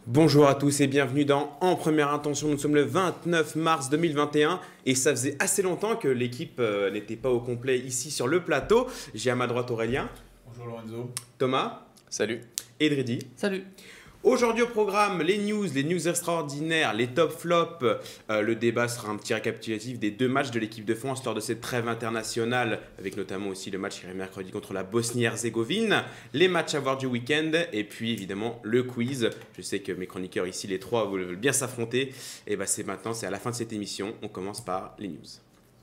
Bonjour à tous et bienvenue dans En Première Intention. Nous sommes le 29 mars 2021 et ça faisait assez longtemps que l'équipe n'était pas au complet ici sur le plateau. J'ai à ma droite Aurélien. Bonjour Lorenzo. Thomas. Salut. Et Dridi. Salut. Aujourd'hui au programme, les news extraordinaires, les top flops. Le débat sera un petit récapitulatif des deux matchs de l'équipe de France lors de cette trêve internationale, avec notamment aussi le match qui arrive mercredi contre la Bosnie-Herzégovine, les matchs à voir du week-end, et puis évidemment le quiz. Je sais que mes chroniqueurs ici, les trois, veulent bien s'affronter. Et c'est maintenant, c'est à la fin de cette émission. On commence par les news.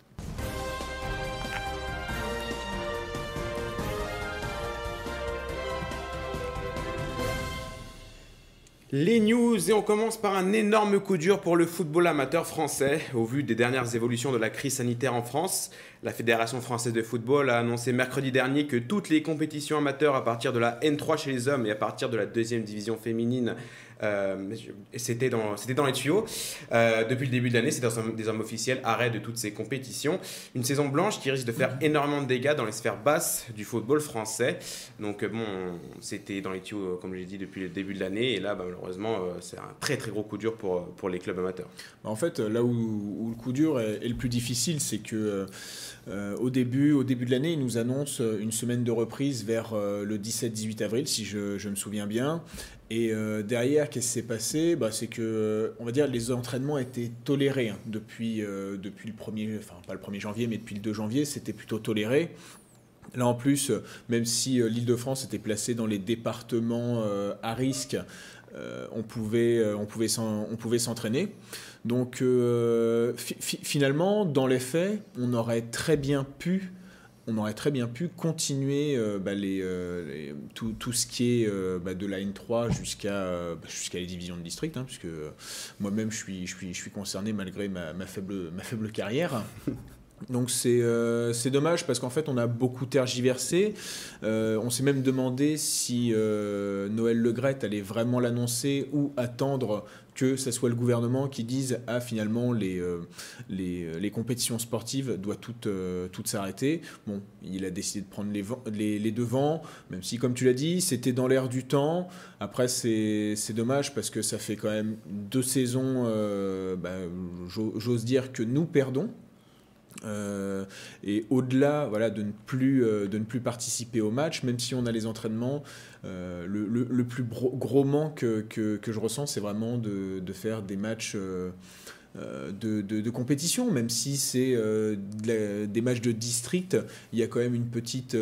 Les news, et on commence par un énorme coup dur pour le football amateur français. Au vu des dernières évolutions de la crise sanitaire en France, la Fédération française de football a annoncé mercredi dernier que toutes les compétitions amateurs à partir de la N3 chez les hommes et à partir de la deuxième division féminine, c'était dans les tuyaux. Depuis le début de l'année, c'est des hommes officiels, arrêt de toutes ces compétitions. Une saison blanche qui risque de faire énormément de dégâts dans les sphères basses du football français. Donc c'était dans les tuyaux, comme j'ai dit, depuis le début de l'année. Et là, malheureusement, c'est un très très gros coup dur pour les clubs amateurs. En fait, là où le coup dur est le plus difficile, c'est que au début de l'année, ils nous annoncent une semaine de reprise vers le 17-18 avril, si je me souviens bien. Et derrière, qu'est-ce qui s'est passé ? C'est que, on va dire, les entraînements étaient tolérés depuis le 1er, enfin pas le 1er janvier, mais depuis le 2 janvier, c'était plutôt toléré. Là en plus, même si l'Île-de-France était placée dans les départements à risque, on pouvait s'entraîner. Donc finalement, dans les faits, on aurait très bien pu continuer tout ce qui est de la N3 jusqu'à les divisions de district, puisque moi-même je suis concerné malgré ma faible carrière. Donc c'est dommage parce qu'en fait on a beaucoup tergiversé. On s'est même demandé si Noël Le Graët allait vraiment l'annoncer ou attendre que ce soit le gouvernement qui dise finalement les compétitions sportives doivent toutes s'arrêter. Bon, il a décidé de prendre les devants, même si comme tu l'as dit c'était dans l'air du temps. Après c'est dommage parce que ça fait quand même 2 saisons, j'ose dire que nous perdons. Et au-delà de ne plus participer au match, même si on a les entraînements, le plus gros manque que je ressens, c'est vraiment de faire des matchs de compétition, même si c'est des matchs de district. Il y a quand même une petite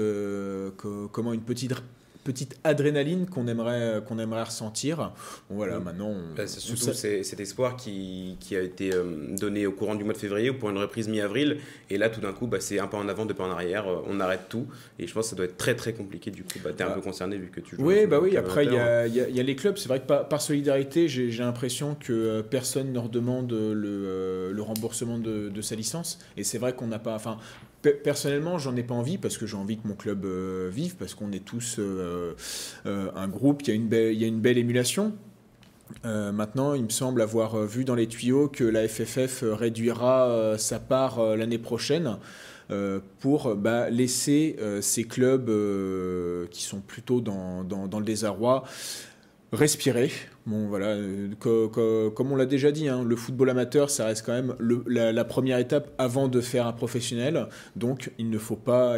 adrénaline qu'on aimerait ressentir. Bon, voilà, maintenant... c'est surtout cet espoir qui a été donné au courant du mois de février pour une reprise mi-avril. Et là, tout d'un coup, c'est un pas en avant, 2 pas en arrière. On arrête tout. Et je pense que ça doit être très, très compliqué. Du coup, tu es un peu concerné vu que tu joues. Oui. Après, il y a les clubs. C'est vrai que par solidarité, j'ai l'impression que personne ne redemande le remboursement de sa licence. Et c'est vrai qu'on n'a pas... Personnellement, j'en ai pas envie parce que j'ai envie que mon club vive, parce qu'on est tous un groupe, il y a une belle émulation. Maintenant, il me semble avoir vu dans les tuyaux que la FFF réduira sa part l'année prochaine pour laisser ces clubs qui sont plutôt dans le désarroi respirer. Bon, voilà, comme on l'a déjà dit, le football amateur, ça reste quand même la première étape avant de faire un professionnel. Donc, il ne faut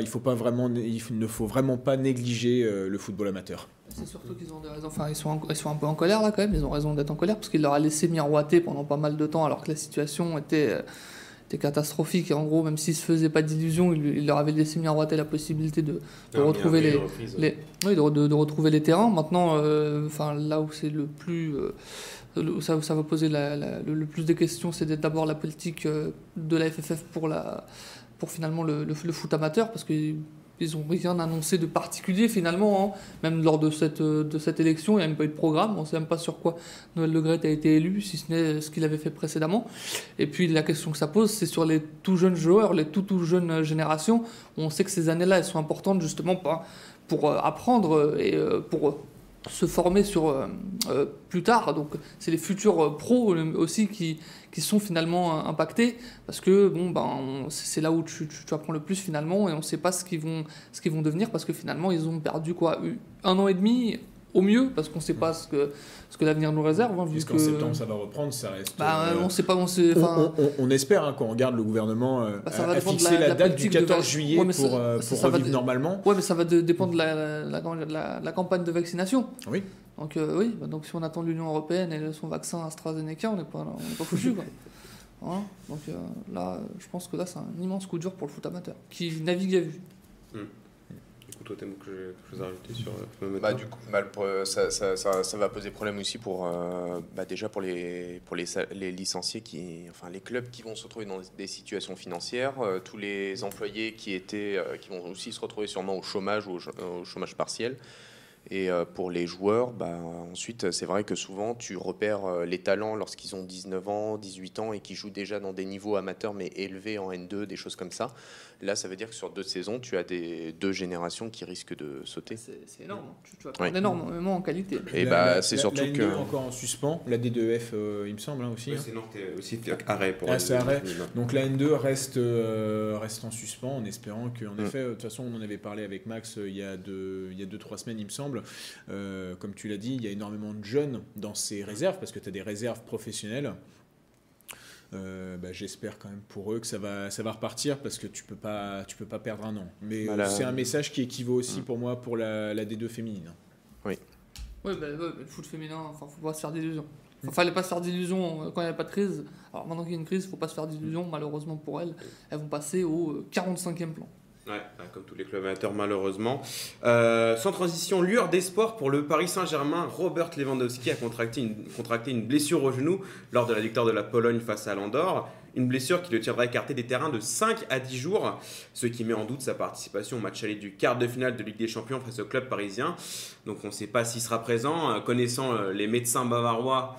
vraiment pas négliger le football amateur. C'est surtout qu'ils ont des raisons. Enfin, ils sont un peu en colère là quand même. Ils ont raison d'être en colère parce qu'il leur a laissé miroiter pendant pas mal de temps, alors que la situation était catastrophique. Et en gros, même s'ils se faisaient pas d'illusions, il leur avait laissé miroiter la possibilité de retrouver de retrouver les terrains. Maintenant, là où c'est le plus ça va poser le plus de questions, c'est d'abord la politique de la FFF pour finalement le foot amateur, parce que ils n'ont rien annoncé de particulier finalement, même lors de cette élection, il n'y a même pas eu de programme, on ne sait même pas sur quoi Noël Le Graët a été élu, si ce n'est ce qu'il avait fait précédemment. Et puis la question que ça pose, c'est sur les tout jeunes joueurs, les tout jeunes générations. On sait que ces années-là, elles sont importantes justement pour apprendre et pour se former plus tard. Donc c'est les futurs pros aussi qui sont finalement impactés, parce que c'est là où tu apprends le plus finalement, et on ne sait pas ce qu'ils vont devenir, parce que finalement ils ont perdu 1 an et demi au mieux, parce qu'on ne sait pas ce que l'avenir nous réserve. Hein, Puisqu'en septembre, ça va reprendre, ça reste... on sait pas... On espère, hein, quand on regarde le gouvernement a fixé la date du 14 juillet pour revivre normalement. Oui, mais ça va dépendre de la campagne de vaccination. Oui. Donc, donc si on attend l'Union européenne et son vaccin AstraZeneca, on n'est pas foutu, quoi. Hein, donc là, je pense que là, c'est un immense coup dur pour le foot amateur, qui navigue à vue. Du coup, toi, t'as quelque chose à rajouter sur du coup, ça va poser problème aussi pour déjà pour les licenciés les clubs qui vont se retrouver dans des situations financières, tous les employés qui vont aussi se retrouver sûrement au chômage ou au chômage partiel. Et pour les joueurs, ensuite, c'est vrai que souvent, tu repères les talents lorsqu'ils ont 19 ans, 18 ans et qui jouent déjà dans des niveaux amateurs mais élevés en N2, des choses comme ça. Là, ça veut dire que sur 2 saisons, tu as deux générations qui risquent de sauter. C'est énorme. Tu vas prendre énormément en qualité. Et c'est surtout que... La encore en suspens, la D2F, il me semble, aussi. Oui, c'est Nantes aussi arrêt pour... c'est arrêt. Donc la N2 reste en suspens en espérant qu'en effet, de toute façon, on en avait parlé avec Max il y a 2-3 semaines, il me semble. Comme tu l'as dit, il y a énormément de jeunes dans ces réserves, parce que tu as des réserves professionnelles. J'espère quand même pour eux que ça va repartir, parce que tu peux pas perdre un an. Mais c'est un message qui équivaut aussi pour moi pour la D2 féminine. Oui, le foot féminin, faut pas se faire d'illusions. Fallait pas se faire d'illusions quand il n'y avait pas de crise. Alors maintenant qu'il y a une crise, faut pas se faire d'illusions. Malheureusement pour elles, elles vont passer au 45e plan. Ouais, comme tous les clubs amateurs malheureusement. Sans transition, lueur des sports pour le Paris Saint-Germain. Robert Lewandowski a contracté une blessure au genou lors de la victoire de la Pologne face à l'Andorre. Une blessure qui le tiendra écarté des terrains de 5 à 10 jours, ce qui met en doute sa participation au match aller du quart de finale de Ligue des Champions face au club parisien. Donc on ne sait pas s'il sera présent. Connaissant les médecins bavarois,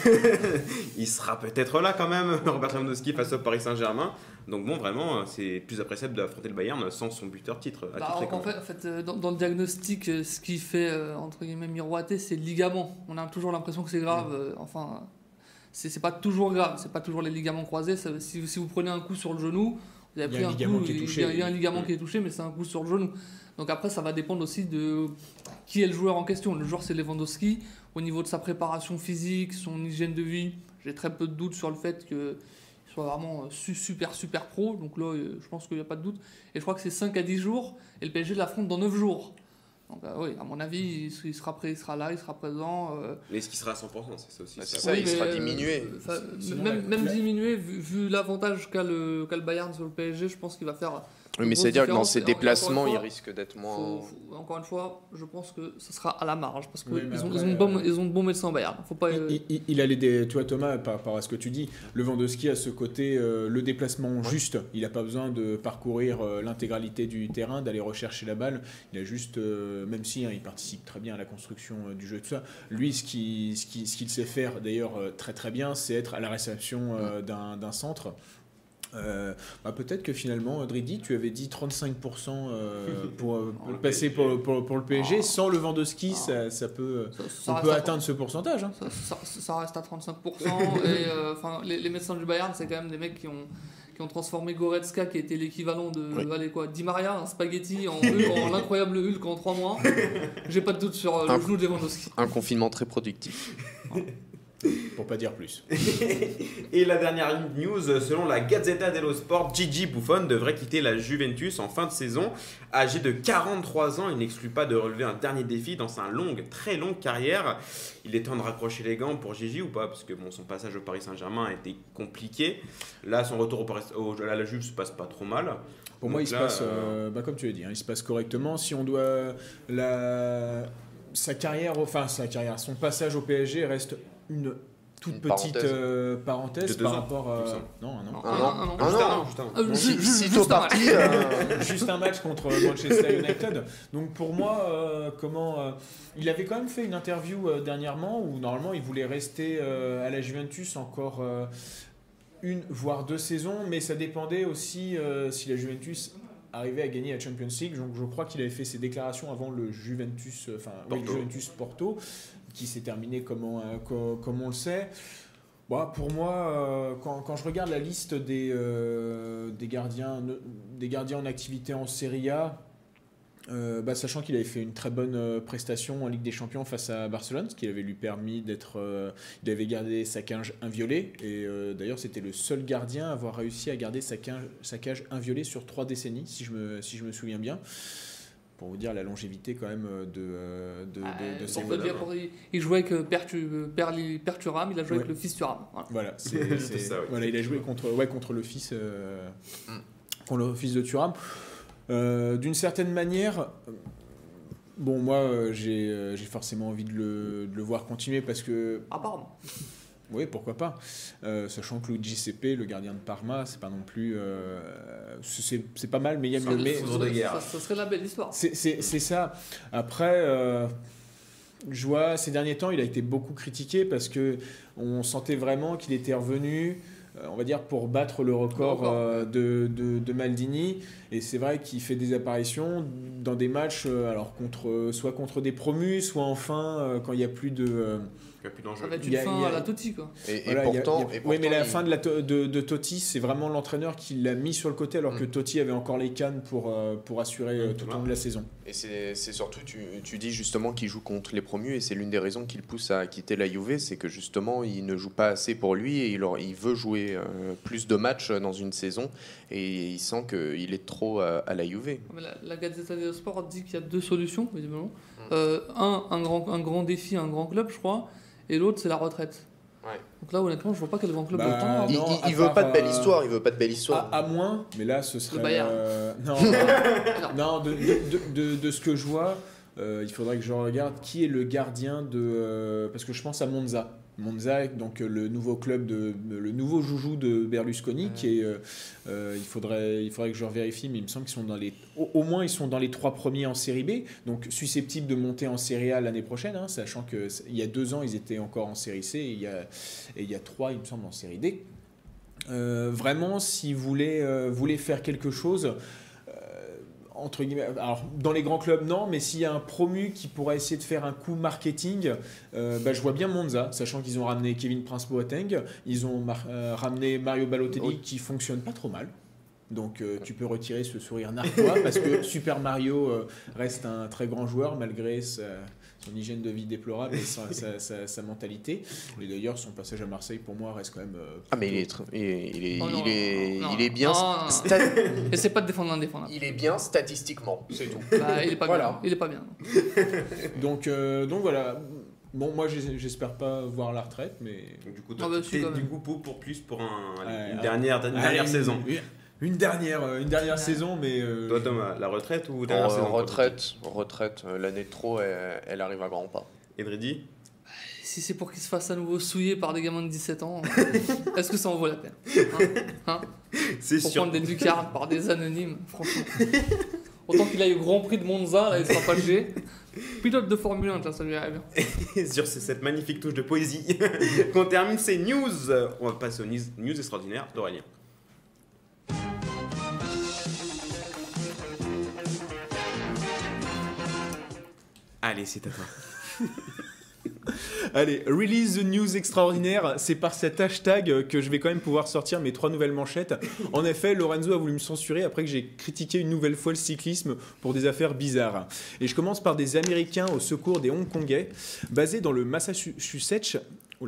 il sera peut-être là quand même, Robert Lewandowski face au Paris Saint-Germain. Donc bon, vraiment, c'est plus appréciable d'affronter le Bayern sans son buteur titre. En fait, dans le diagnostic, ce qui fait, entre guillemets, miroiter, c'est le ligament. On a toujours l'impression que c'est grave. C'est pas toujours grave, c'est pas toujours les ligaments croisés. Si vous prenez un coup sur le genou, vous avez pris un coup, il y a un ligament qui est touché, mais c'est un coup sur le genou. Donc après, ça va dépendre aussi de qui est le joueur en question. Le joueur, c'est Lewandowski. Au niveau de sa préparation physique, son hygiène de vie, j'ai très peu de doutes sur le fait qu'il soit vraiment super pro. Donc là, je pense qu'il n'y a pas de doute. Et je crois que c'est 5 à 10 jours, et le PSG l'affronte dans 9 jours. Donc oui, à mon avis, il sera prêt, il sera là, il sera présent. Mais est-ce qu'il sera à 100%? C'est ça aussi. C'est ça, il sera diminué. Même diminué, vu l'avantage qu'a le Bayern sur le PSG, je pense qu'il va faire... Oui, mais c'est-à-dire que dans ses déplacements, il risque d'être moins... Encore une fois, je pense que ce sera à la marge, parce qu'ils ont de bons médecins au Bayern. Faut pas... Il a tu vois Thomas, par rapport à ce que tu dis, Lewandowski a ce côté, le déplacement juste, il n'a pas besoin de parcourir l'intégralité du terrain, d'aller rechercher la balle, il a juste, même si il participe très bien à la construction du jeu et tout ça, lui ce qu'il sait faire d'ailleurs très très bien, c'est être à la réception d'un centre. Peut-être que finalement, Dridi, tu avais dit 35% pour passer pour le PSG. Sans Lewandowski, on peut atteindre ce pourcentage. Hein. Ça reste à 35%. Et les médecins du Bayern, c'est quand même des mecs qui ont transformé Goretzka, qui était l'équivalent de Di Maria, un spaghetti en l'incroyable Hulk en 3 mois. J'ai pas de doute sur le genou de Lewandowski. Un confinement très productif. Pour pas dire plus. Et la dernière news, selon la Gazzetta dello Sport, Gigi Buffon devrait quitter la Juventus en fin de saison. Âgé de 43 ans, il n'exclut pas de relever un dernier défi dans sa très longue carrière. Il est temps de raccrocher les gants pour Gigi ou pas? Parce que son passage au Paris Saint-Germain a été compliqué. Là, son retour à la Juve se passe pas trop mal. Pour moi, il se passe, comme tu l'as dit, il se passe correctement. Si on doit... Sa carrière, son passage au PSG reste une toute petite parenthèse par rapport à... Non, juste un match contre Manchester United. Donc pour moi, il avait quand même fait une interview dernièrement où normalement il voulait rester à la Juventus encore 1 voire 2 saisons, mais ça dépendait aussi si la Juventus arrivé à gagner la Champions League. Donc je crois qu'il avait fait ses déclarations avant le Juventus Porto, qui s'est terminé comme on le sait. Pour moi, quand je regarde la liste des gardiens en activité en Serie A, Sachant qu'il avait fait une très bonne prestation en Ligue des Champions face à Barcelone, ce qui avait lui permis d'être... il avait gardé sa cage inviolée, et d'ailleurs c'était le seul gardien à avoir réussi à garder sa cage inviolée sur 3 décennies, si je me souviens bien. Pour vous dire la longévité quand même de ces joueurs. Il jouait avec Père Thuram, il a joué avec le fils Thuram. Voilà, c'est ça, oui. Voilà, il a joué contre le fils de Thuram. D'une certaine manière, bon, moi j'ai forcément envie de le voir continuer parce que. Apparemment. Oui, pourquoi pas. Sachant que Luigi Sepe, le gardien de Parma, c'est pas non plus. C'est pas mal, mais il y a mieux. Ça serait la belle histoire. C'est ça. Après. Je vois, ces derniers temps, il a été beaucoup critiqué parce qu'on sentait vraiment qu'il était revenu, on va dire, pour battre le record de Maldini. Et c'est vrai qu'il fait des apparitions dans des matchs, soit contre des promus, soit enfin quand il n'y a plus de... Ça va être une fin à la Totti, quoi. Et pourtant, oui, mais la fin de Totti, c'est vraiment l'entraîneur qui l'a mis sur le côté, alors que Totti avait encore les cannes pour assurer tout au long de la saison. Et c'est surtout, tu dis justement qu'il joue contre les promus, et c'est l'une des raisons qui le pousse à quitter la Juve, c'est que justement, il ne joue pas assez pour lui, et il veut jouer plus de matchs dans une saison, et il sent qu'il est trop à la Juve. La Gazzetta dello Sport dit qu'il y a 2 solutions, visiblement. Un grand défi, un grand club, je crois. Et l'autre, c'est la retraite. Ouais. Donc là, honnêtement, je vois pas quel grand club autant. Il veut pas de belle histoire. Il veut pas de belle histoire. À moins, mais là, ce serait. Le Bayern. Non, de ce que je vois, il faudrait que je regarde qui est le gardien de. Parce que je pense à Monza. Monza, donc le nouveau club le nouveau joujou de Berlusconi, qui est, il faudrait que je revérifie, mais il me semble qu'ils sont au moins ils sont dans les 3 premiers en série B, donc susceptibles de monter en série A l'année prochaine, hein, sachant que il y a 2 ans ils étaient encore en série C et il y a 3 il me semble en série D. Vraiment, si vous voulez faire quelque chose. Entre guillemets, alors dans les grands clubs non, mais s'il y a un promu qui pourrait essayer de faire un coup marketing, je vois bien Monza, sachant qu'ils ont ramené Kevin Prince Boateng, ils ont ramené Mario Balotelli qui fonctionne pas trop mal. Donc tu peux retirer ce sourire narquois parce que Super Mario reste un très grand joueur malgré son hygiène de vie déplorable et sa mentalité. Et d'ailleurs son passage à Marseille pour moi reste quand même... mais il est bien... Essaie pas de défendre l'indéfendable. Il est bien statistiquement, c'est tout. Il est pas bien. Il est pas bien. Donc voilà. Bon, moi, j'espère pas voir la retraite, mais... Du coup, pour une dernière saison. Une dernière saison, mais... Toi, Thomas, la retraite ou dernière saison? Retraite. L'année de trop, elle arrive à grands pas. Edredi? Si c'est pour qu'il se fasse à nouveau souiller par des gamins de 17 ans, est-ce que ça en vaut la peine C'est pour sûr. prendre des lucarnes par des anonymes, franchement. Autant qu'il aille au Grand Prix de Monza, là, il sera pas jugé. Pilote de Formule 1, ça lui arrive bien. Sur cette magnifique touche de poésie, qu'on termine ces news. On va passer aux news extraordinaires d'Aurélien. Allez, c'est à toi. Allez, release the news extraordinaire, c'est par cet hashtag que je vais quand même pouvoir sortir mes 3 nouvelles manchettes. En effet, Lorenzo a voulu me censurer après que j'ai critiqué une nouvelle fois le cyclisme pour des affaires bizarres. Et je commence par des Américains au secours des Hongkongais, basés dans le Massachusetts.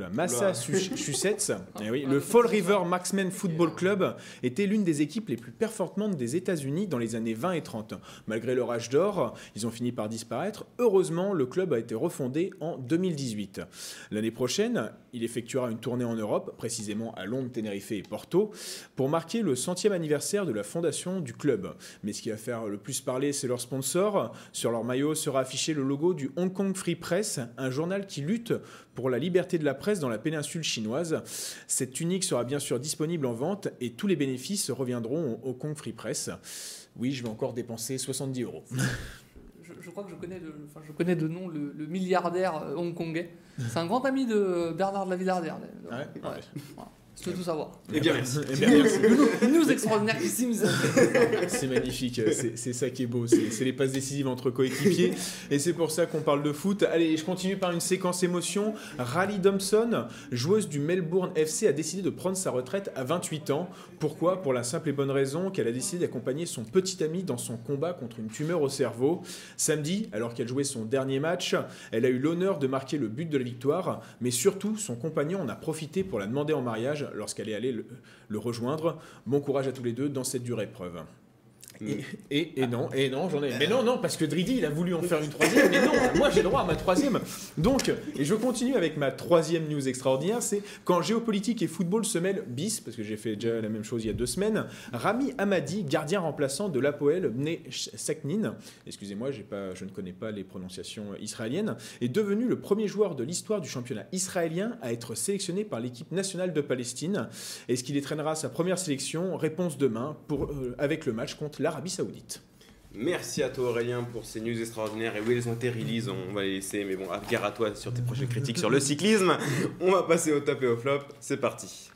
Eh oui, le Fall River Marksmen Football Club était l'une des équipes les plus performantes des États-Unis dans les années 20 et 30. Malgré leur âge d'or, ils ont fini par disparaître. Heureusement, le club a été refondé en 2018. L'année prochaine, il effectuera une tournée en Europe, précisément à Londres, Tenerife et Porto, pour marquer le 100e anniversaire de la fondation du club. Mais ce qui va faire le plus parler, c'est leur sponsor. Sur leur maillot sera affiché le logo du Hong Kong Free Press, un journal qui lutte pour la liberté de la presse dans la péninsule chinoise. Cette tunique sera bien sûr disponible en vente et tous les bénéfices reviendront au Hong Kong Free Press. Oui, je vais encore dépenser 70 €. Je crois que je connais de nom le milliardaire hongkongais. C'est un grand ami de Bernard de la Villardière. Je veux tout savoir. Eh bien, merci. Eh bien, merci. Une news extraordinaire qui sims. C'est magnifique, c'est ça qui est beau, c'est les passes décisives entre coéquipiers et c'est pour ça qu'on parle de foot. Allez, je continue par une séquence émotion. Riley Thompson, joueuse du Melbourne FC, a décidé de prendre sa retraite à 28 ans. Pourquoi ? Pour la simple et bonne raison qu'elle a décidé d'accompagner son petit ami dans son combat contre une tumeur au cerveau. Samedi, alors qu'elle jouait son dernier match, elle a eu l'honneur de marquer le but de la victoire, mais surtout son compagnon en a profité pour la demander en mariage lorsqu'elle est allée le rejoindre. Bon courage à tous les deux dans cette dure épreuve. Et non, j'en ai. Mais non, parce que Dridi, il a voulu en faire une troisième, mais non, moi j'ai le droit à ma troisième. Donc, et je continue avec ma troisième news extraordinaire, c'est quand géopolitique et football se mêlent bis, parce que j'ai fait déjà la même chose il y a 2 semaines, Rami Hamadi, gardien remplaçant de l'Hapoel Bnei Saknin, excusez-moi, je ne connais pas les prononciations israéliennes, est devenu le premier joueur de l'histoire du championnat israélien à être sélectionné par l'équipe nationale de Palestine. Est-ce qu'il entraînera sa première sélection ? Réponse demain avec le match contre l'Arabie Saoudite. Merci à toi Aurélien pour ces news extraordinaires. Et oui, elles ont été release, on va les laisser. Mais bon, gare à toi sur tes prochaines critiques sur le cyclisme. On va passer au top et au flop. C'est parti.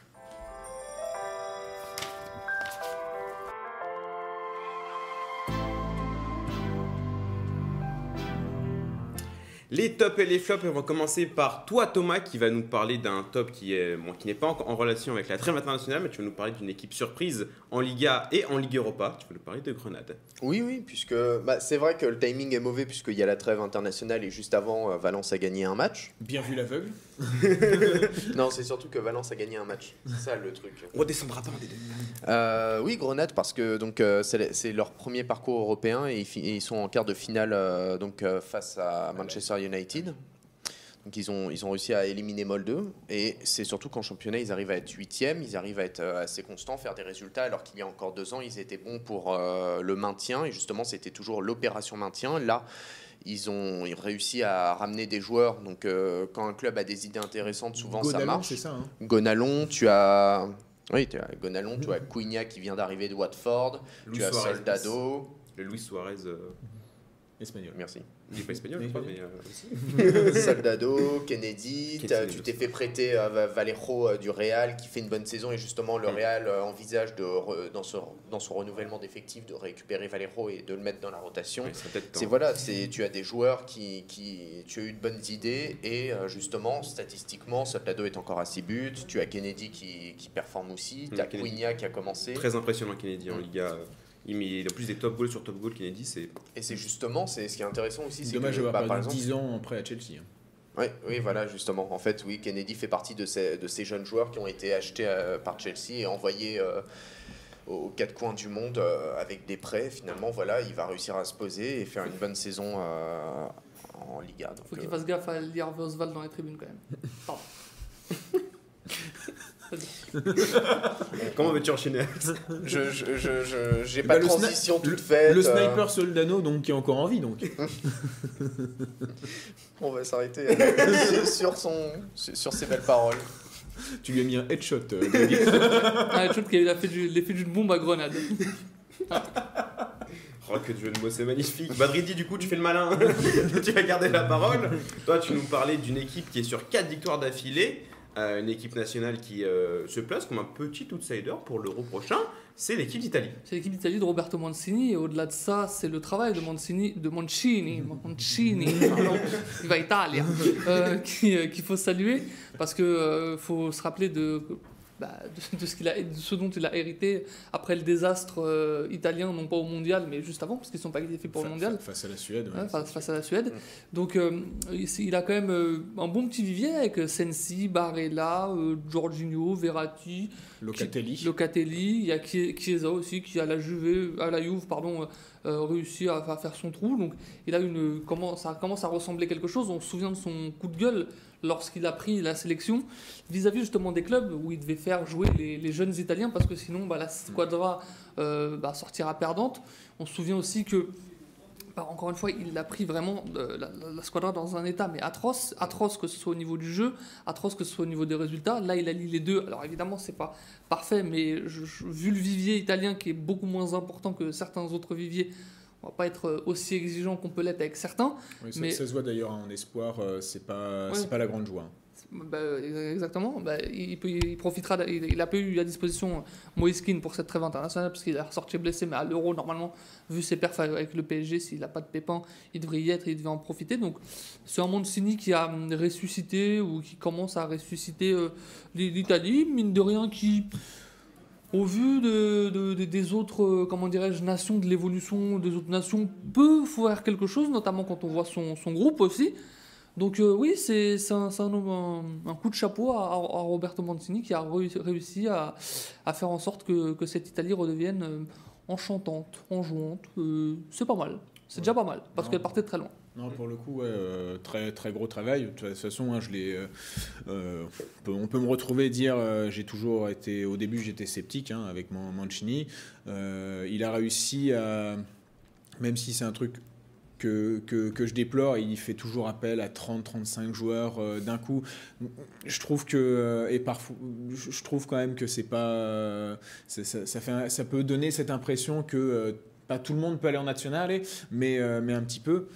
Les tops et les flops, on va commencer par toi Thomas qui va nous parler d'un top qui n'est pas en relation avec la trêve internationale, mais tu vas nous parler d'une équipe surprise en Liga et en Ligue Europa. Tu vas nous parler de Grenade. Oui, puisque c'est vrai que le timing est mauvais puisqu'il y a la trêve internationale et juste avant, Valence a gagné un match. Bien vu l'aveugle. Non, c'est surtout que Valence a gagné un match. C'est ça le truc. On redescendra pas des deux. Oui, Grenade parce que donc c'est leur premier parcours européen et ils sont en quart de finale face à Manchester United. Donc ils ont réussi à éliminer Molde et c'est surtout qu'en championnat ils arrivent à être 8e, ils arrivent à être assez constants, faire des résultats alors qu'il y a encore 2 ans ils étaient bons pour le maintien et justement c'était toujours l'opération maintien. Là ils ont réussi à ramener des joueurs, donc quand un club a des idées intéressantes souvent Gonalon, ça marche. C'est ça, hein. Gonalon, tu as Gonalon, tu as Cunha qui vient d'arriver de Watford, Luis tu as Suarez, Soldado. Le Luis Suarez. Espagnol. Merci. Il n'est pas espagnol, je crois, mais aussi. Soldado, Kennedy, tu t'es fait prêter Vallejo du Real qui fait une bonne saison et justement le Real envisage dans son renouvellement d'effectifs de récupérer Vallejo et de le mettre dans la rotation. Ouais, tu as des joueurs tu as eu de bonnes idées et justement statistiquement Soldado est encore à 6 buts, tu as Kennedy qui performe aussi, tu as Cunha qui a commencé. Très impressionnant Kennedy en Liga. Il a plus des top goals sur top goals, Kennedy. Et c'est justement, ce qui est intéressant aussi. Dommage d'avoir perdu 10 ans après à Chelsea. Oui, voilà, justement. En fait, oui, Kennedy fait partie de ces jeunes joueurs qui ont été achetés par Chelsea et envoyés aux 4 coins du monde avec des prêts. Finalement, voilà, il va réussir à se poser et faire une bonne saison en Liga. Faut qu'il fasse gaffe à lire Oswald dans les tribunes quand même. Pardon. Comment veux-tu enchaîner? J'ai pas de transition toute faite. Le sniper Soldano donc qui est encore en vie donc. On va s'arrêter sur ces belles paroles. Tu lui as mis un headshot. Un headshot qui a fait l'effet d'une bombe à Grenade. Oh, que de jeu de mots, c'est magnifique. Badridi, du coup, tu fais le malin. Tu vas garder la parole. Toi, tu nous parlais d'une équipe qui est sur 4 victoires d'affilée. Une équipe nationale qui se place comme un petit outsider pour l'Euro prochain. C'est l'équipe d'Italie. C'est l'équipe d'Italie de Roberto Mancini. Et au-delà de ça, c'est le travail de Mancini, pardon, il va Italia, qu'il faut saluer. Parce qu'il faut se rappeler de ce dont il a hérité après le désastre italien, non pas au mondial, mais juste avant, parce qu'ils ne sont pas qualifiés pour le mondial. Face à la Suède. Face à la Suède. Donc il a quand même un bon petit vivier avec Sensi, Barella, Jorginho, Verratti, Locatelli. Il y a Chiesa aussi qui à la Juve réussi à faire son trou. Donc ça commence à ressembler quelque chose. On se souvient de son coup de gueule lorsqu'il a pris la sélection vis-à-vis justement des clubs où il devait faire jouer les jeunes Italiens parce que sinon la squadra sortira perdante. On se souvient aussi que encore une fois, il a pris vraiment la squadra dans un état mais atroce que ce soit au niveau du jeu, atroce que ce soit au niveau des résultats. Là, il allie les deux. Alors évidemment, c'est pas parfait, mais vu le vivier italien qui est beaucoup moins important que certains autres viviers, on va pas être aussi exigeant qu'on peut l'être avec certains. Oui, mais ça se voit d'ailleurs en espoir, c'est pas la grande joie. Exactement. Il profitera. Il a pas eu à disposition Moïse Kean pour cette trêve internationale parce qu'il est ressorti blessé, mais à l'Euro, normalement, vu ses perfs avec le PSG, s'il n'a pas de pépin, il devrait y être et il devait en profiter. Donc, c'est un Mancini qui a ressuscité ou qui commence à ressusciter l'Italie, mine de rien, qui, au vu des autres, comment dirais-je, nations, de l'évolution des autres nations, peut faire quelque chose, notamment quand on voit son groupe aussi. Donc oui, c'est un coup de chapeau à Roberto Mancini qui a réussi à faire en sorte que cette Italie redevienne enchantante, enjouante. C'est pas mal. C'est déjà pas mal, parce qu'elle partait très loin. Non, pour le coup, très, très gros travail. De toute façon, hein, on peut me retrouver et dire, au début, j'étais sceptique avec Mancini. Il a réussi à, même si c'est un truc que je déplore, il fait toujours appel à 30-35 joueurs d'un coup. Je trouve je trouve quand même que c'est pas, ça peut donner cette impression que pas tout le monde peut aller en national, mais un petit peu.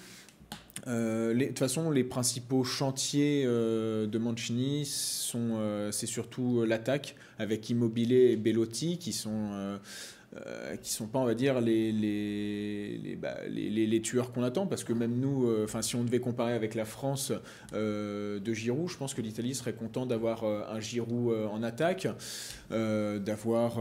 De toute façon, les principaux chantiers de Mancini c'est surtout l'attaque avec Immobile et Belotti qui sont pas, on va dire, les tueurs qu'on attend, parce que même nous, si on devait comparer avec la France de Giroud, je pense que l'Italie serait content d'avoir un Giroud en attaque, d'avoir,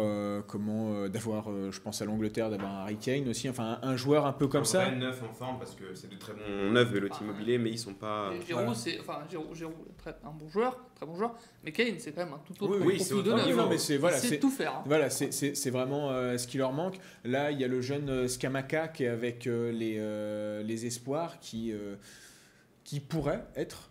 je pense à l'Angleterre, d'avoir un Harry Kane aussi, enfin un joueur un peu comme ça. Un neuf en forme, parce que c'est de très bons neufs, Belotti, Immobile, mais ils sont pas. Giroud, Giroud, un bon joueur, très bon joueur, mais Kane, c'est quand même un tout autre profil de neuf. C'est tout faire. Voilà, c'est vraiment ce qui leur manque. Là, il y a le jeune Scamacca qui est avec les espoirs qui pourrait être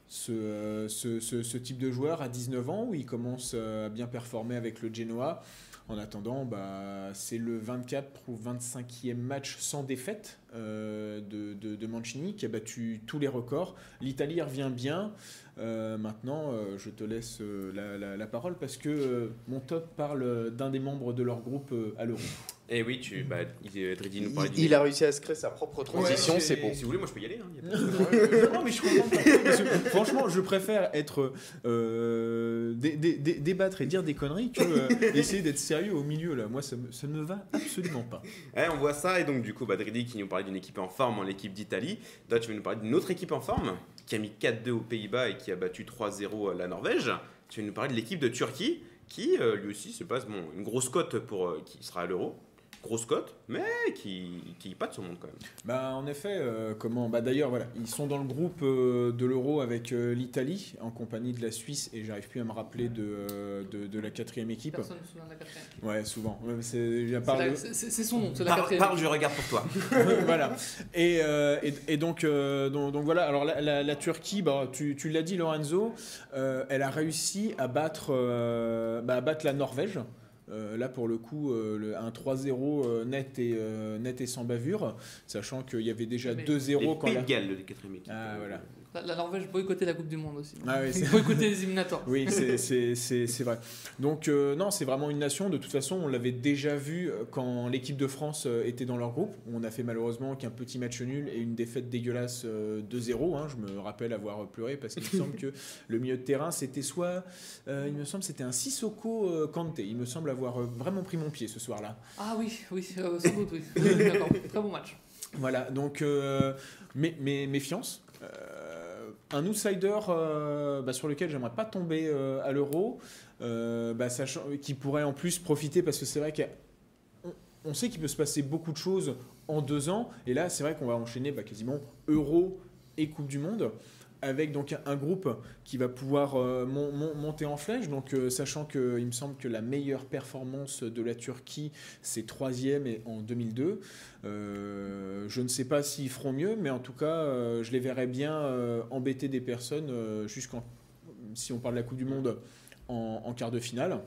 ce type de joueur à 19 ans où il commence à bien performer avec le Genoa. En attendant, c'est le 24 ou 25e match sans défaite de Mancini qui a battu tous les records. L'Italie revient bien. Maintenant, je te laisse la parole parce que mon top parle d'un des membres de leur groupe à l'Euro. Et oui, Dridi nous parlait il a réussi à se créer sa propre transition, ouais, c'est bon. Si vous voulez, moi je peux y aller. Non, mais je comprends pas. Parce que, franchement, je préfère être débattre et dire des conneries que essayer d'être sérieux au milieu. Là. Moi, ça ne me va absolument pas. On voit ça, et donc du coup, Dridi qui nous parlait d'une équipe en forme, l'équipe d'Italie. Toi, tu veux nous parler d'une autre équipe en forme qui a mis 4-2 aux Pays-Bas et qui a battu 3-0 la Norvège. Tu veux nous parler de l'équipe de Turquie qui, lui aussi, se passe une grosse cote qui sera à l'Euro. Grosse cote, mais qui pas de son monde quand même. En effet, d'ailleurs, voilà, ils sont dans le groupe de l'Euro avec l'Italie, en compagnie de la Suisse, et j'arrive plus à me rappeler de la quatrième équipe. Personne ne se souvient de la quatrième. Ouais, souvent. C'est son nom, c'est la quatrième. Parle, je regarde pour toi. Voilà. Et donc voilà. Alors la Turquie, tu l'as dit, Lorenzo, elle a réussi à battre la Norvège. Là pour le coup un 3-0 net et sans bavure, sachant qu'il y avait déjà 2-0 quand Pays de Galles, le quatrième équipe. Voilà. La Norvège boycottait la Coupe du Monde aussi. Boycottait les éliminatoires. Oui, c'est vrai. Donc non, c'est vraiment une nation. De toute façon, on l'avait déjà vu quand l'équipe de France était dans leur groupe. On a fait malheureusement qu'un petit match nul et une défaite dégueulasse 2-0. Je me rappelle avoir pleuré parce qu'il me semble que le milieu de terrain, c'était c'était un Sissoko Kanté. Il me semble avoir vraiment pris mon pied ce soir-là. Ah oui, sans doute, oui. D'accord, très bon match. Voilà, donc méfiance. Un outsider sur lequel j'aimerais pas tomber à l'Euro, sachant qu'il pourrait en plus profiter, parce que c'est vrai qu'on sait qu'il peut se passer beaucoup de choses en 2 ans, et là c'est vrai qu'on va enchaîner quasiment Euro et Coupe du Monde, avec donc un groupe qui va pouvoir monter en flèche, donc sachant qu'il me semble que la meilleure performance de la Turquie c'est 3e en 2002. Je ne sais pas s'ils feront mieux, mais en tout cas je les verrais bien embêter des personnes si on parle de la Coupe du Monde en quart de finale.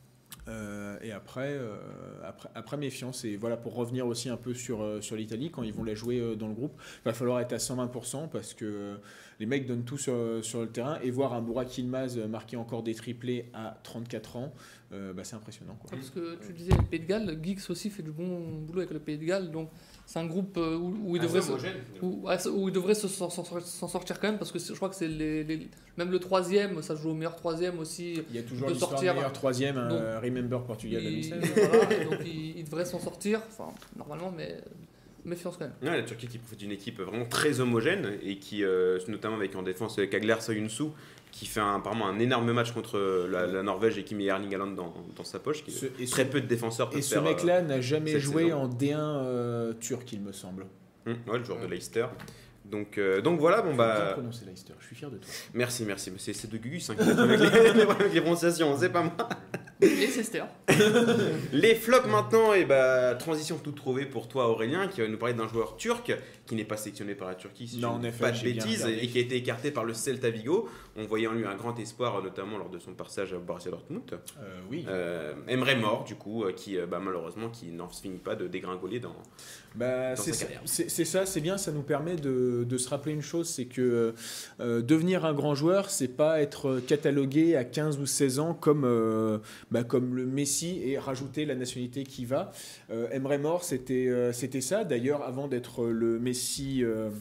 Et après méfiance. Et voilà, pour revenir aussi un peu sur l'Italie, quand ils vont la jouer dans le groupe, il va falloir être à 120% parce que les mecs donnent tout sur le terrain, et voir un Burak Yilmaz marquer encore des triplés à 34 ans, c'est impressionnant, quoi. Parce que tu disais le Pays de Galles, Geeks aussi fait du bon boulot avec le Pays de Galles, donc c'est un groupe où il devrait où il devrait s'en sortir quand même, parce que je crois que c'est même le troisième, ça joue au meilleur troisième aussi. Il y a toujours l'histoire du meilleur troisième, donc, Remember Portugal 2016. Voilà, donc il devrait s'en sortir, enfin normalement, mais méfiance quand même. Ouais, la Turquie qui profite d'une équipe vraiment très homogène et qui, notamment avec en défense Kagler Soyuncu, qui fait apparemment un énorme match contre la Norvège et qui met Erling Haaland dans sa poche. Très peu de défenseurs peuvent faire. Et ce mec-là n'a jamais joué saison. en D1 turc, il me semble. Ouais, le joueur de Leicester. Donc voilà, bon Bien bah. prononcé Leicester, je suis fier de toi. Merci. C'est de Gugus qui a avec les prononciations, c'est pas moi. Et c'est Ster. Les flops maintenant, et bah transition toute trouvée pour toi Aurélien, qui va nous parler d'un joueur turc qui n'est pas sélectionné par la Turquie, si je ne dis pas de bêtises, et qui a été écarté par le Celta Vigo. On voyait en lui un grand espoir, notamment lors de son passage à Borussia Dortmund. Oui. Emre Mor, du coup, qui malheureusement qui n'en finit pas de dégringoler dans sa carrière. C'est ça, c'est bien, ça nous permet de se rappeler une chose, c'est que devenir un grand joueur, c'est pas être catalogué à 15 ou 16 ans comme le Messi et rajouter la nationalité qui va. Emre Mor, c'était ça. D'ailleurs, avant d'être le Messi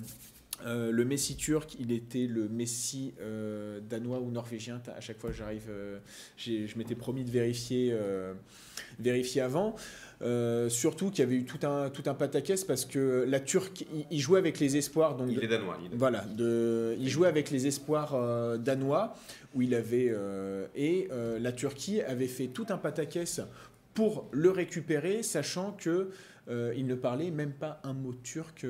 turc, il était le Messi danois ou norvégien. À chaque fois, je m'étais promis de vérifier avant. Surtout qu'il y avait eu tout un pataquès parce que la Turquie, il jouait avec les espoirs. Donc il est danois. Voilà, il jouait avec les espoirs danois où il avait la Turquie avait fait tout un pataquès pour le récupérer, sachant que il ne parlait même pas un mot turc.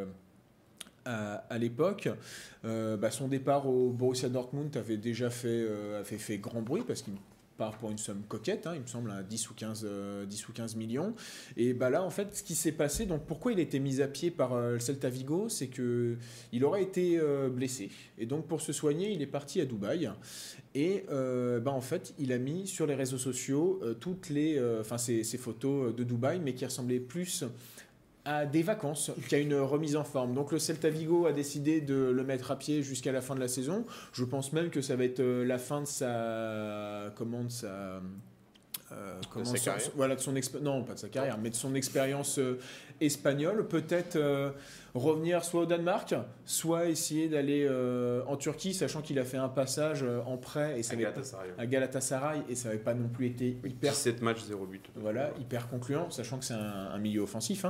À l'époque, son départ au Borussia Dortmund avait déjà fait grand bruit parce qu'il part pour une somme coquette, il me semble à 10 ou 15 millions. Et là, en fait, ce qui s'est passé, donc pourquoi il a été mis à pied par le Celta Vigo, c'est qu'il aurait été blessé. Et donc, pour se soigner, il est parti à Dubaï. Et en fait, il a mis sur les réseaux sociaux toutes ces photos de Dubaï, mais qui ressemblaient plus à des vacances qu'à une remise en forme. Donc le Celta Vigo a décidé de le mettre à pied jusqu'à la fin de la saison. Je pense même que ça va être la fin de non, pas de sa carrière, mais de son expérience espagnole. Peut-être revenir soit au Danemark, soit essayer d'aller en Turquie, sachant qu'il a fait un passage en prêt à Galatasaray, et ça n'avait pas non plus été hyper 17 matchs, 0 but. Voilà, hyper concluant, sachant que c'est un milieu offensif.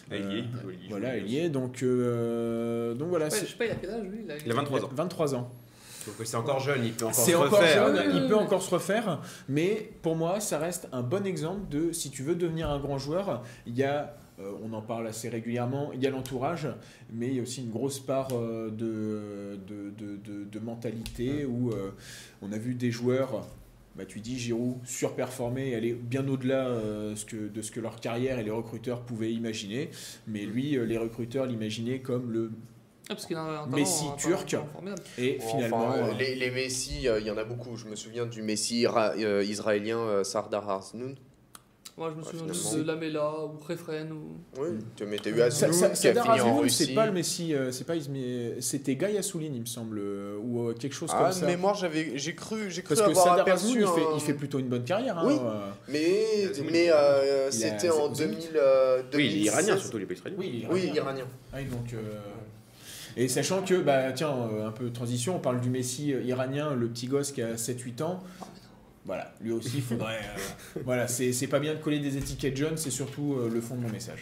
Il y est. Donc voilà. Je sais pas, il a quel âge lui? Il a 23 ans. 23 ans. Donc c'est encore jeune, il peut encore se refaire. Encore jeune, il peut encore se refaire, mais pour moi, ça reste un bon exemple de si tu veux devenir un grand joueur, il y a, on en parle assez régulièrement, il y a l'entourage, mais il y a aussi une grosse part de mentalité où on a vu des joueurs. Tu dis Giroud surperformer, aller bien au-delà de ce que leur carrière et les recruteurs pouvaient imaginer, mais lui, les recruteurs l'imaginaient comme le parce qu'il a un Messi turc. Et finalement, les Messi, il y en a beaucoup. Je me souviens du Messi israélien Sardar Azmoun. Moi, je me souviens juste de Lamela ou Refren. Oui, tu as eu Azmoun qui a fini en Russie. C'est pas le Messi, c'était Guy Assouline, il me semble, ou quelque chose comme ça. De mémoire, j'ai cru parce que avoir Sardar aperçu. Il fait plutôt une bonne carrière. Oui, mais c'était en 2000. Oui, il est iranien surtout, il est pas israélien. Oui, iranien. Donc. Et sachant que, un peu de transition, on parle du Messi iranien, le petit gosse qui a 7-8 ans. Voilà, lui aussi, il faudrait. C'est pas bien de coller des étiquettes jeunes, c'est surtout le fond de mon message.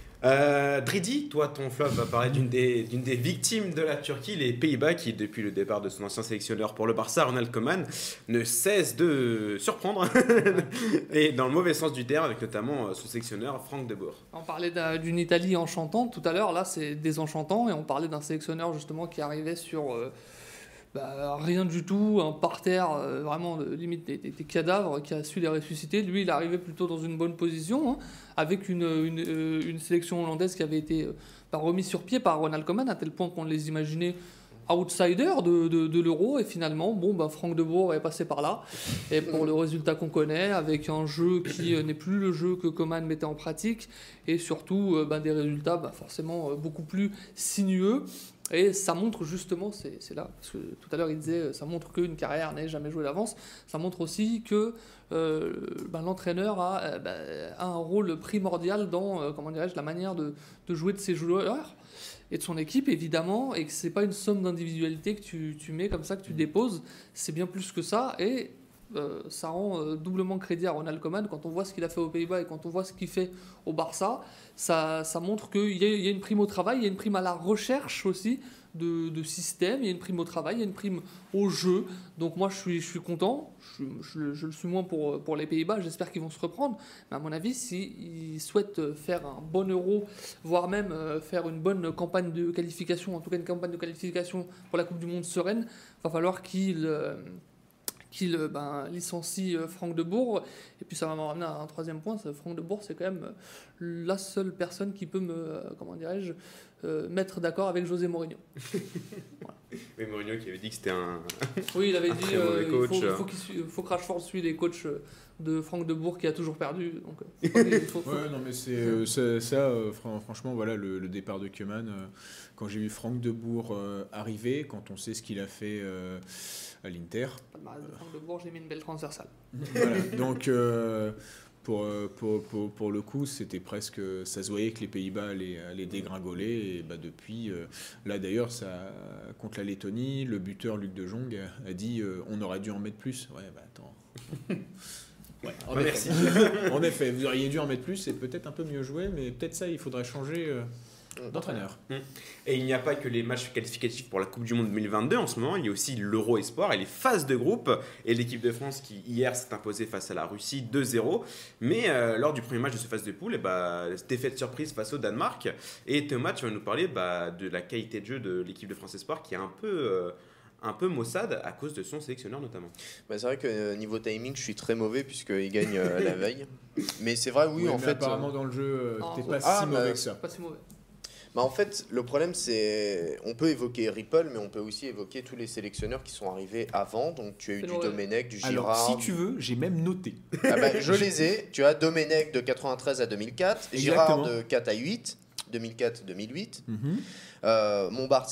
Dridi, toi, ton flop va parler d'une des victimes de la Turquie, les Pays-Bas, qui, depuis le départ de son ancien sélectionneur pour le Barça, Ronald Koeman, ne cesse de surprendre, et dans le mauvais sens du terme, avec notamment son sélectionneur Frank de Boer. On parlait d'une Italie enchantante tout à l'heure, là c'est désenchantant, et on parlait d'un sélectionneur justement qui arrivait sur rien du tout, un parterre, vraiment limite des cadavres, qui a su les ressusciter. Lui, il arrivait plutôt dans une bonne position, avec une sélection hollandaise qui avait été remise sur pied par Ronald Koeman, à tel point qu'on les imaginait outsiders de l'Euro, et finalement, Frank de Boer est passé par là, et pour le résultat qu'on connaît, avec un jeu qui n'est plus le jeu que Koeman mettait en pratique, et surtout des résultats forcément beaucoup plus sinueux. Et ça montre justement, c'est là, parce que tout à l'heure il disait, ça montre qu'une carrière n'est jamais jouée d'avance, ça montre aussi que l'entraîneur a un rôle primordial dans comment dirais-je, la manière de jouer de ses joueurs et de son équipe évidemment, et que c'est pas une somme d'individualité que tu mets comme ça, que tu déposes, c'est bien plus que ça, et ça rend doublement crédit à Ronald Koeman quand on voit ce qu'il a fait aux Pays-Bas et quand on voit ce qu'il fait au Barça. Ça montre qu'il y a une prime au travail, il y a une prime à la recherche aussi de système, il y a une prime au travail, il y a une prime au jeu. Donc moi je suis content, je le suis moins pour les Pays-Bas, j'espère qu'ils vont se reprendre. Mais à mon avis, s'ils souhaitent faire un bon Euro, voire même faire une bonne campagne de qualification, en tout cas une campagne de qualification pour la Coupe du Monde sereine, il va falloir qu'ils licencie Franck de Boer. Et puis ça va me ramener à un troisième point, Franck de Boer, c'est quand même la seule personne qui peut mettre d'accord avec José Mourinho. Voilà. Mais Mourinho qui avait dit que c'était un oui, il avait dit il faut que Rashford suive les coachs de Franck de Boer qui a toujours perdu. Donc, non mais franchement voilà le départ de Koeman, quand j'ai vu Franck de Boer arriver, quand on sait ce qu'il a fait à l'Inter. Pas de mariage de Franck de Boer, j'ai mis une belle transversale. Voilà, donc pour le coup, c'était presque, ça se voyait que les Pays-Bas allaient dégringoler, et depuis, là d'ailleurs, contre la Lettonie, le buteur Luc de Jong a dit on aurait dû en mettre plus. Ouais, attends. Ouais, merci. En effet, vous auriez dû en mettre plus et peut-être un peu mieux jouer, mais peut-être ça, il faudrait changer d'entraîneur. Et il n'y a pas que les matchs qualificatifs pour la Coupe du Monde 2022 en ce moment, il y a aussi l'Euro Espoir et les phases de groupe, et l'équipe de France qui hier s'est imposée face à la Russie 2-0, mais lors du premier match de ce phase de poule, défaite surprise face au Danemark. Et Thomas, tu vas nous parler de la qualité de jeu de l'équipe de France Espoir qui est un peu maussade à cause de son sélectionneur notamment. C'est vrai que niveau timing, je suis très mauvais puisqu'il gagne la veille. Mais c'est vrai, oui, en fait. Apparemment, dans le jeu, t'es pas si mauvais que ça. Pas si mauvais. En fait, le problème, c'est. On peut évoquer Ripoll, mais on peut aussi évoquer tous les sélectionneurs qui sont arrivés avant. Donc, tu as eu du Domenech, du Girard. Alors, si tu veux, j'ai même noté. Je les ai. Tu as Domenech de 93 à 2004, Girard de 4 à 8. 2004-2008, Montbert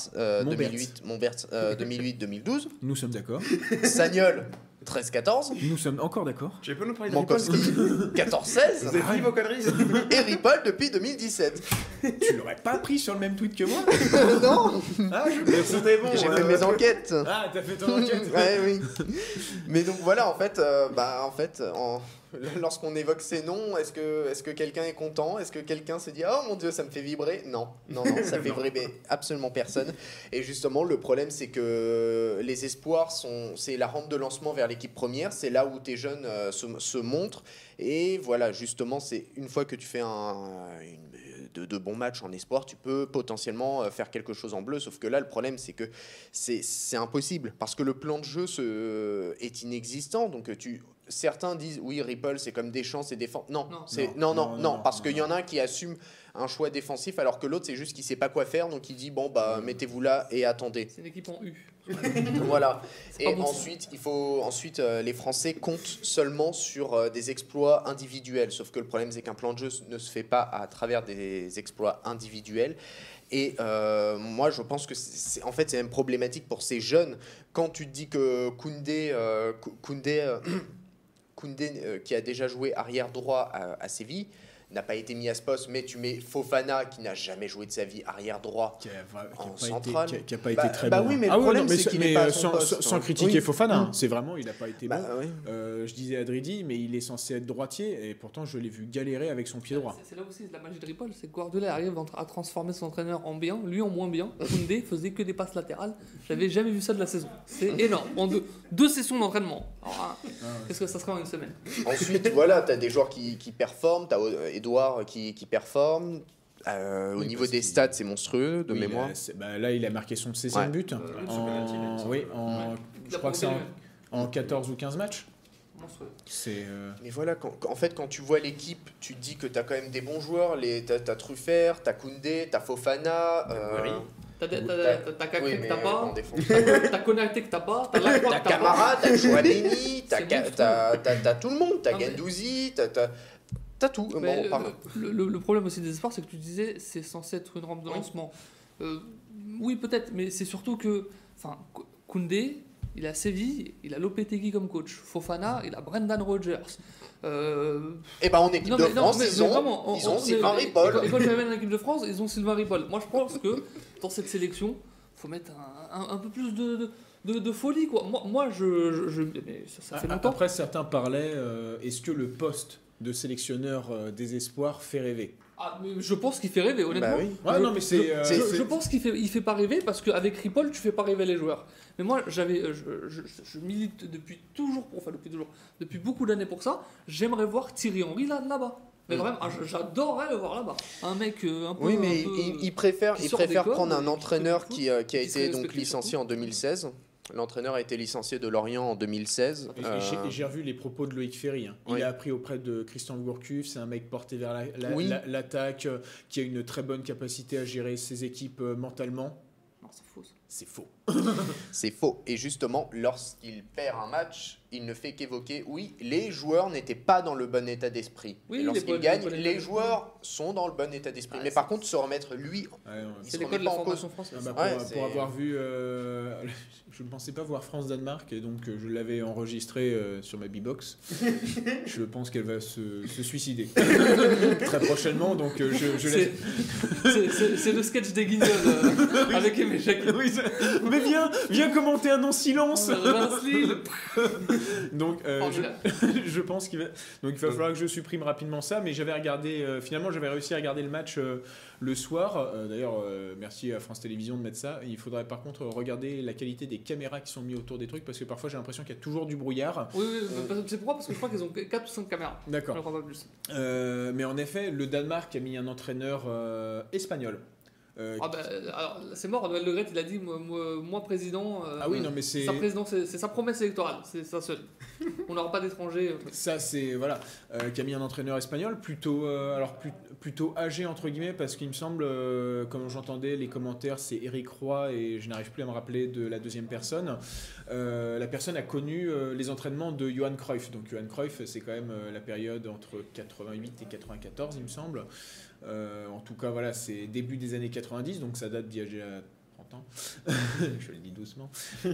2008-2012. Nous sommes d'accord. Sagnol 13-14. Nous sommes encore d'accord. Tu peux nous parler de Mankowski 14-16. Vous êtes dit vos conneries. Et Ripoll depuis 2017. Tu l'aurais pas pris sur le même tweet que moi? Non. C'était bon. J'ai fait mes enquêtes. Ah, t'as fait ton enquête. Ouais, oui. Mais donc voilà, en fait, lorsqu'on évoque ces noms, est-ce que quelqu'un est content? Est-ce que quelqu'un se dit oh mon Dieu, ça me fait vibrer? Non, ça fait vibrer absolument personne. Et justement, le problème, c'est que les espoirs c'est la rampe de lancement vers l'équipe première. C'est là où tes jeunes se montrent. Et voilà, justement, c'est une fois que tu fais de bons matchs en espoir, tu peux potentiellement faire quelque chose en bleu. Sauf que là, le problème, c'est que c'est impossible parce que le plan de jeu est inexistant. Donc certains disent oui, Ripoll c'est comme Deschamps, c'est défense. Non, parce qu'il y en a un qui assume un choix défensif alors que l'autre c'est juste qu'il sait pas quoi faire, donc il dit mettez-vous là et attendez. C'est une équipe en U. Voilà. Et ensuite, les Français comptent seulement sur des exploits individuels. Sauf que le problème c'est qu'un plan de jeu ne se fait pas à travers des exploits individuels. Et moi, je pense que c'est même problématique pour ces jeunes. Quand tu te dis que Koundé, qui a déjà joué arrière droit à Séville, n'a pas été mis à ce poste, mais tu mets Fofana qui n'a jamais joué de sa vie arrière droit en centrale. Qui n'a pas été très bon. Oui, mais le problème c'est qu'il n'est pas à son poste. Sans critiquer Fofana, c'est vraiment, il n'a pas été bon. Oui. Je disais à Dridi, mais il est censé être droitier, et pourtant je l'ai vu galérer avec son pied droit. C'est là aussi la magie de Ripoll, c'est que Guardiola arrive à transformer son entraîneur en bien, lui en moins bien. Koundé faisait que des passes latérales. J'avais jamais vu ça de la saison. C'est énorme. En deux sessions d'entraînement. Qu'est-ce que ça sera en une semaine? Ensuite, voilà, tu as des joueurs qui performent, tu as Edouard qui performe. Au niveau des stats, c'est monstrueux de mémoire. Là, il a marqué son 16e but. Je crois que c'est en 14 ou 15 matchs. Mais voilà, quand tu vois l'équipe, tu te dis que tu as quand même des bons joueurs. T'as Truffert, t'as Koundé, t'as Fofana. T'as Kaké que t'as pas, t'as Konaté que t'as pas, t'as Lacroix que t'as Camara, t'as Chouameni, t'as tout le monde, t'as Guendouzi, t'as tout. Le problème aussi des espoirs, c'est que tu disais c'est censé être une rampe de lancement. Oui, peut-être, mais c'est surtout que Koundé, il a Séville, il a Lopetegui comme coach. Fofana, il a Brendan Rodgers. Et en équipe de France, ils ont Sylvain Ripoll. Et quand je vais en équipe de France, ils ont Sylvain Ripoll. Moi, je pense que dans cette sélection, il faut mettre un peu plus de folie, quoi. Moi mais ça fait longtemps. Après, certains parlaient, est-ce que le poste de sélectionneur des espoirs fait rêver? Mais je pense qu'il fait rêver, honnêtement. Bah oui. Je pense qu'il fait pas rêver parce qu'avec Ripoll, tu fais pas rêver les joueurs. Mais moi, je milite depuis beaucoup d'années pour ça. J'aimerais voir Thierry Henry là-bas. Mais vraiment, j'adorerais le voir là-bas. Un mec un peu. Oui, mais il préfère prendre un entraîneur qui a qui été donc licencié en 2016. L'entraîneur a été licencié de Lorient en 2016. Et j'ai revu les propos de Loïc Ferry. Hein. Il a appris auprès de Christian Gourcuff. C'est un mec porté vers l'attaque, qui a une très bonne capacité à gérer ses équipes mentalement. Non, c'est faux. C'est faux. C'est faux. Et justement, lorsqu'il perd un match, il ne fait qu'évoquer, les joueurs n'étaient pas dans le bon état d'esprit. Oui, et lorsqu'il gagne, les joueurs sont dans le bon état d'esprit. Mais par contre, se remettre lui, c'est l'école de la formation française. Pour avoir vu, je ne pensais pas voir France-Danemark, et donc je l'avais enregistré sur ma B-Box. Je pense qu'elle va se suicider très prochainement, donc c'est le sketch des Guignols avec Aimé Jacquet. Oui, mais viens commenter un non-silence. Donc je pense qu'il va falloir que je supprime rapidement ça, mais j'avais réussi à regarder le match le soir. D'ailleurs, merci à France Télévisions de mettre ça. Il faudrait par contre regarder la qualité des caméras qui sont mises autour des trucs, parce que parfois j'ai l'impression qu'il y a toujours du brouillard. Oui, c'est pourquoi, parce que je crois qu'ils ont 4 ou 5 caméras. D'accord. Je crois pas plus. Mais en effet, le Danemark a mis un entraîneur espagnol. Alors c'est mort, Noël Le Graët, il a dit moi président. Oui, non, mais c'est sa présidence, c'est sa promesse électorale, c'est ça seul. On n'aura pas d'étrangers. Ça, c'est qui a mis un entraîneur espagnol plutôt âgé entre guillemets, parce qu'il me semble, comme j'entendais les commentaires, c'est Éric Roy et je n'arrive plus à me rappeler de la deuxième personne. La personne a connu les entraînements de Johan Cruyff. Donc Johan Cruyff, c'est quand même la période entre 88 et 94, il me semble. En tout cas, c'est début des années 90, donc ça date d'il y a 30 ans. Je le dis doucement.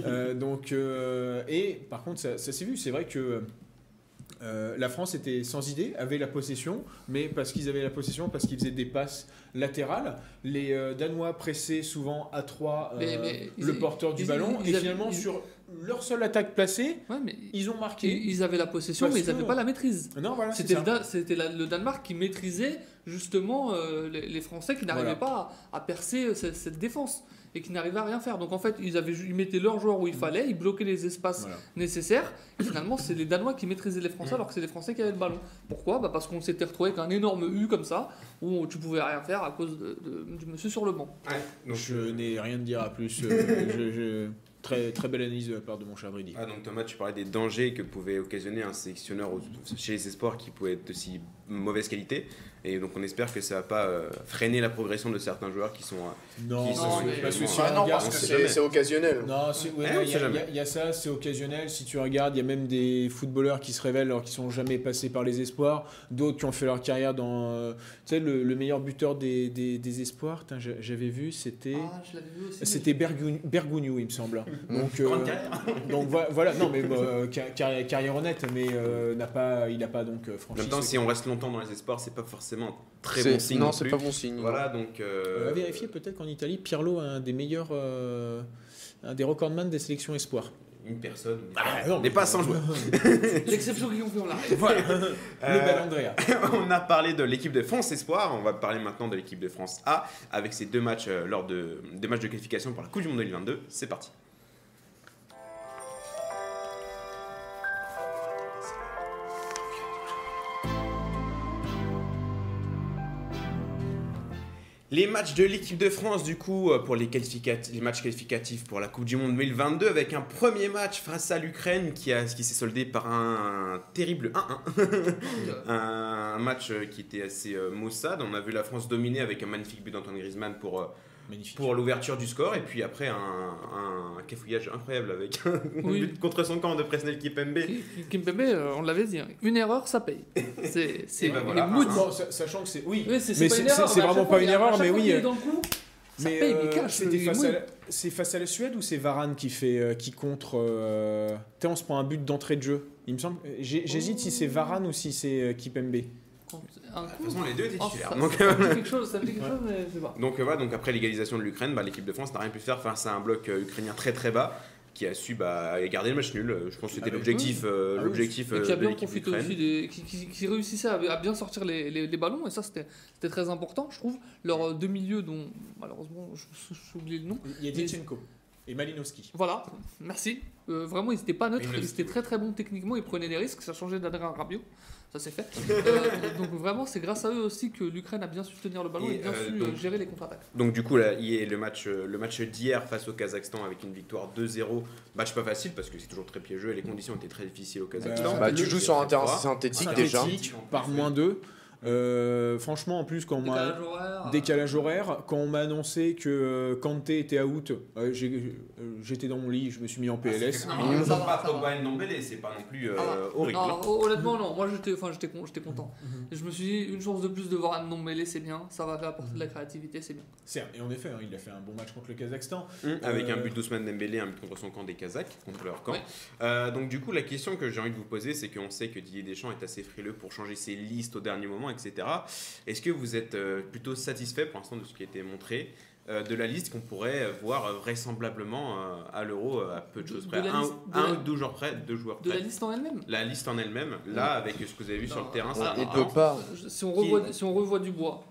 Et par contre, ça s'est vu. C'est vrai que la France était sans idée, avait la possession, mais parce qu'ils avaient la possession, parce qu'ils faisaient des passes latérales, les Danois pressaient souvent à 3 le porteur du ballon, et finalement sur leur seule attaque placée, ils ont marqué. Ils avaient la possession, mais ils n'avaient pas la maîtrise. Non, voilà, c'était le Danemark qui maîtrisait justement les Français qui n'arrivaient pas à percer cette défense et qui n'arrivaient à rien faire. Donc en fait, ils mettaient leurs joueurs où il fallait, ils bloquaient les espaces nécessaires. Et finalement, c'est les Danois qui maîtrisaient les Français alors que c'est les Français qui avaient le ballon. Pourquoi ? Parce qu'on s'était retrouvé avec un énorme U comme ça où tu pouvais rien faire à cause du monsieur sur le banc. Donc je n'ai rien à dire à plus. Très, très belle analyse de la part de mon cher Brady. Donc Thomas, tu parlais des dangers que pouvait occasionner un sélectionneur chez les espoirs qui pouvait être aussi mauvaise qualité. Et donc on espère que ça va pas freiner la progression de certains joueurs qui sont. Parce que c'est occasionnel. Non, il y a ça, c'est occasionnel. Si tu regardes, il y a même des footballeurs qui se révèlent alors qu'ils sont jamais passés par les espoirs. D'autres qui ont fait leur carrière dans. Tu sais, le meilleur buteur des espoirs, j'avais vu, c'était. Je l'avais vu aussi. C'était Bergogneau, il me semble. Grande carrière. Donc voilà, non mais carrière honnête, mais il n'a pas donc franchi. En même temps, si on reste longtemps dans les espoirs, c'est pas forcément un très bon signe. Non, c'est pas bon signe. Voilà, donc. On va vérifier peut-être qu'en Italie, Pirlo a un des meilleurs, un des recordman des sélections espoirs. Une personne. Non, mais pas 100 joueurs. L'exception qui ont fait, on l'arrête. Voilà. Le bel Andrea. On a parlé de l'équipe de France Espoir. On va parler maintenant de l'équipe de France A avec ces deux matchs lors des matchs de qualification pour la Coupe du Monde 2022. C'est parti. Les matchs de l'équipe de France, du coup, pour les matchs qualificatifs pour la Coupe du Monde 2022, avec un premier match face à l'Ukraine qui s'est soldé par un terrible 1-1. Un match qui était assez maussade. On a vu la France dominer avec un magnifique but d'Antoine Griezmann pour l'ouverture du score, et puis après un cafouillage incroyable avec un but contre son camp de Presnel Kimpembe. Kimpembe, on l'avait dit, une erreur ça paye. C'est voilà. Sachant que c'est mais c'est vraiment pas une erreur, mais oui. Dans le coup, Ça paye les cash. C'est face à la Suède ou c'est Varane qui contre on se prend un but d'entrée de jeu. Il me semble. J'hésite si c'est Varane ou si c'est Kipembe. De toute façon, les deux étaient titulaires. Ça me dit quelque chose, mais je sais pas. Donc après l'égalisation de l'Ukraine, l'équipe de France n'a rien pu faire face à un bloc ukrainien très très bas qui a su garder le match nul. Je pense que c'était l'objectif Et qui a de bien l'équipe profité d'Ukraine. aussi, qui réussissait à bien sortir les ballons, et ça c'était très important, je trouve. Leurs deux milieux, dont malheureusement j'ai oublié le nom. Il y a Dietchenko et Malinowski. Voilà, merci. Vraiment, ils n'étaient pas neutres, Malinowski. ils étaient très très bons techniquement, ils prenaient des risques, ça changeait d'Adrien Rabiot, ça s'est fait. Donc vraiment, c'est grâce à eux aussi que l'Ukraine a bien su tenir le ballon et bien su gérer les contre-attaques. Donc du coup, là, il y a le match d'hier face au Kazakhstan avec une victoire 2-0. Match pas facile parce que c'est toujours très piégeux et les conditions étaient très difficiles au Kazakhstan. Tu joues sur un terrain synthétique déjà. Par -2. Franchement, en plus, quand décalage horaire, quand on m'a annoncé que Kanté était out, j'étais dans mon lit, je me suis mis en PLS. ça Ça va, pas ça va. Pogba et Ndombele, c'est pas non plus horrible. Non, honnêtement, non. Moi, j'étais content. Je me suis dit, une chance de plus de voir un non mêlé, c'est bien. Ça va apporter de la créativité, c'est bien. Et en effet, il a fait un bon match contre le Kazakhstan. Avec un but d'Ousmane Dembélé, un but contre son camp des Kazakhs, contre leur camp. Ouais. Donc du coup, la question que j'ai envie de vous poser, c'est qu'on sait que Didier Deschamps est assez frileux pour changer ses listes au dernier moment, etc. Est-ce que vous êtes plutôt satisfait pour l'instant de ce qui a été montré de la liste qu'on pourrait voir vraisemblablement à l'Euro à peu de choses près, un ou deux joueurs près, De la liste en elle-même. La liste en elle-même, là, avec ce que vous avez vu sur le terrain, ça On peut pas. Si on revoit Dubois.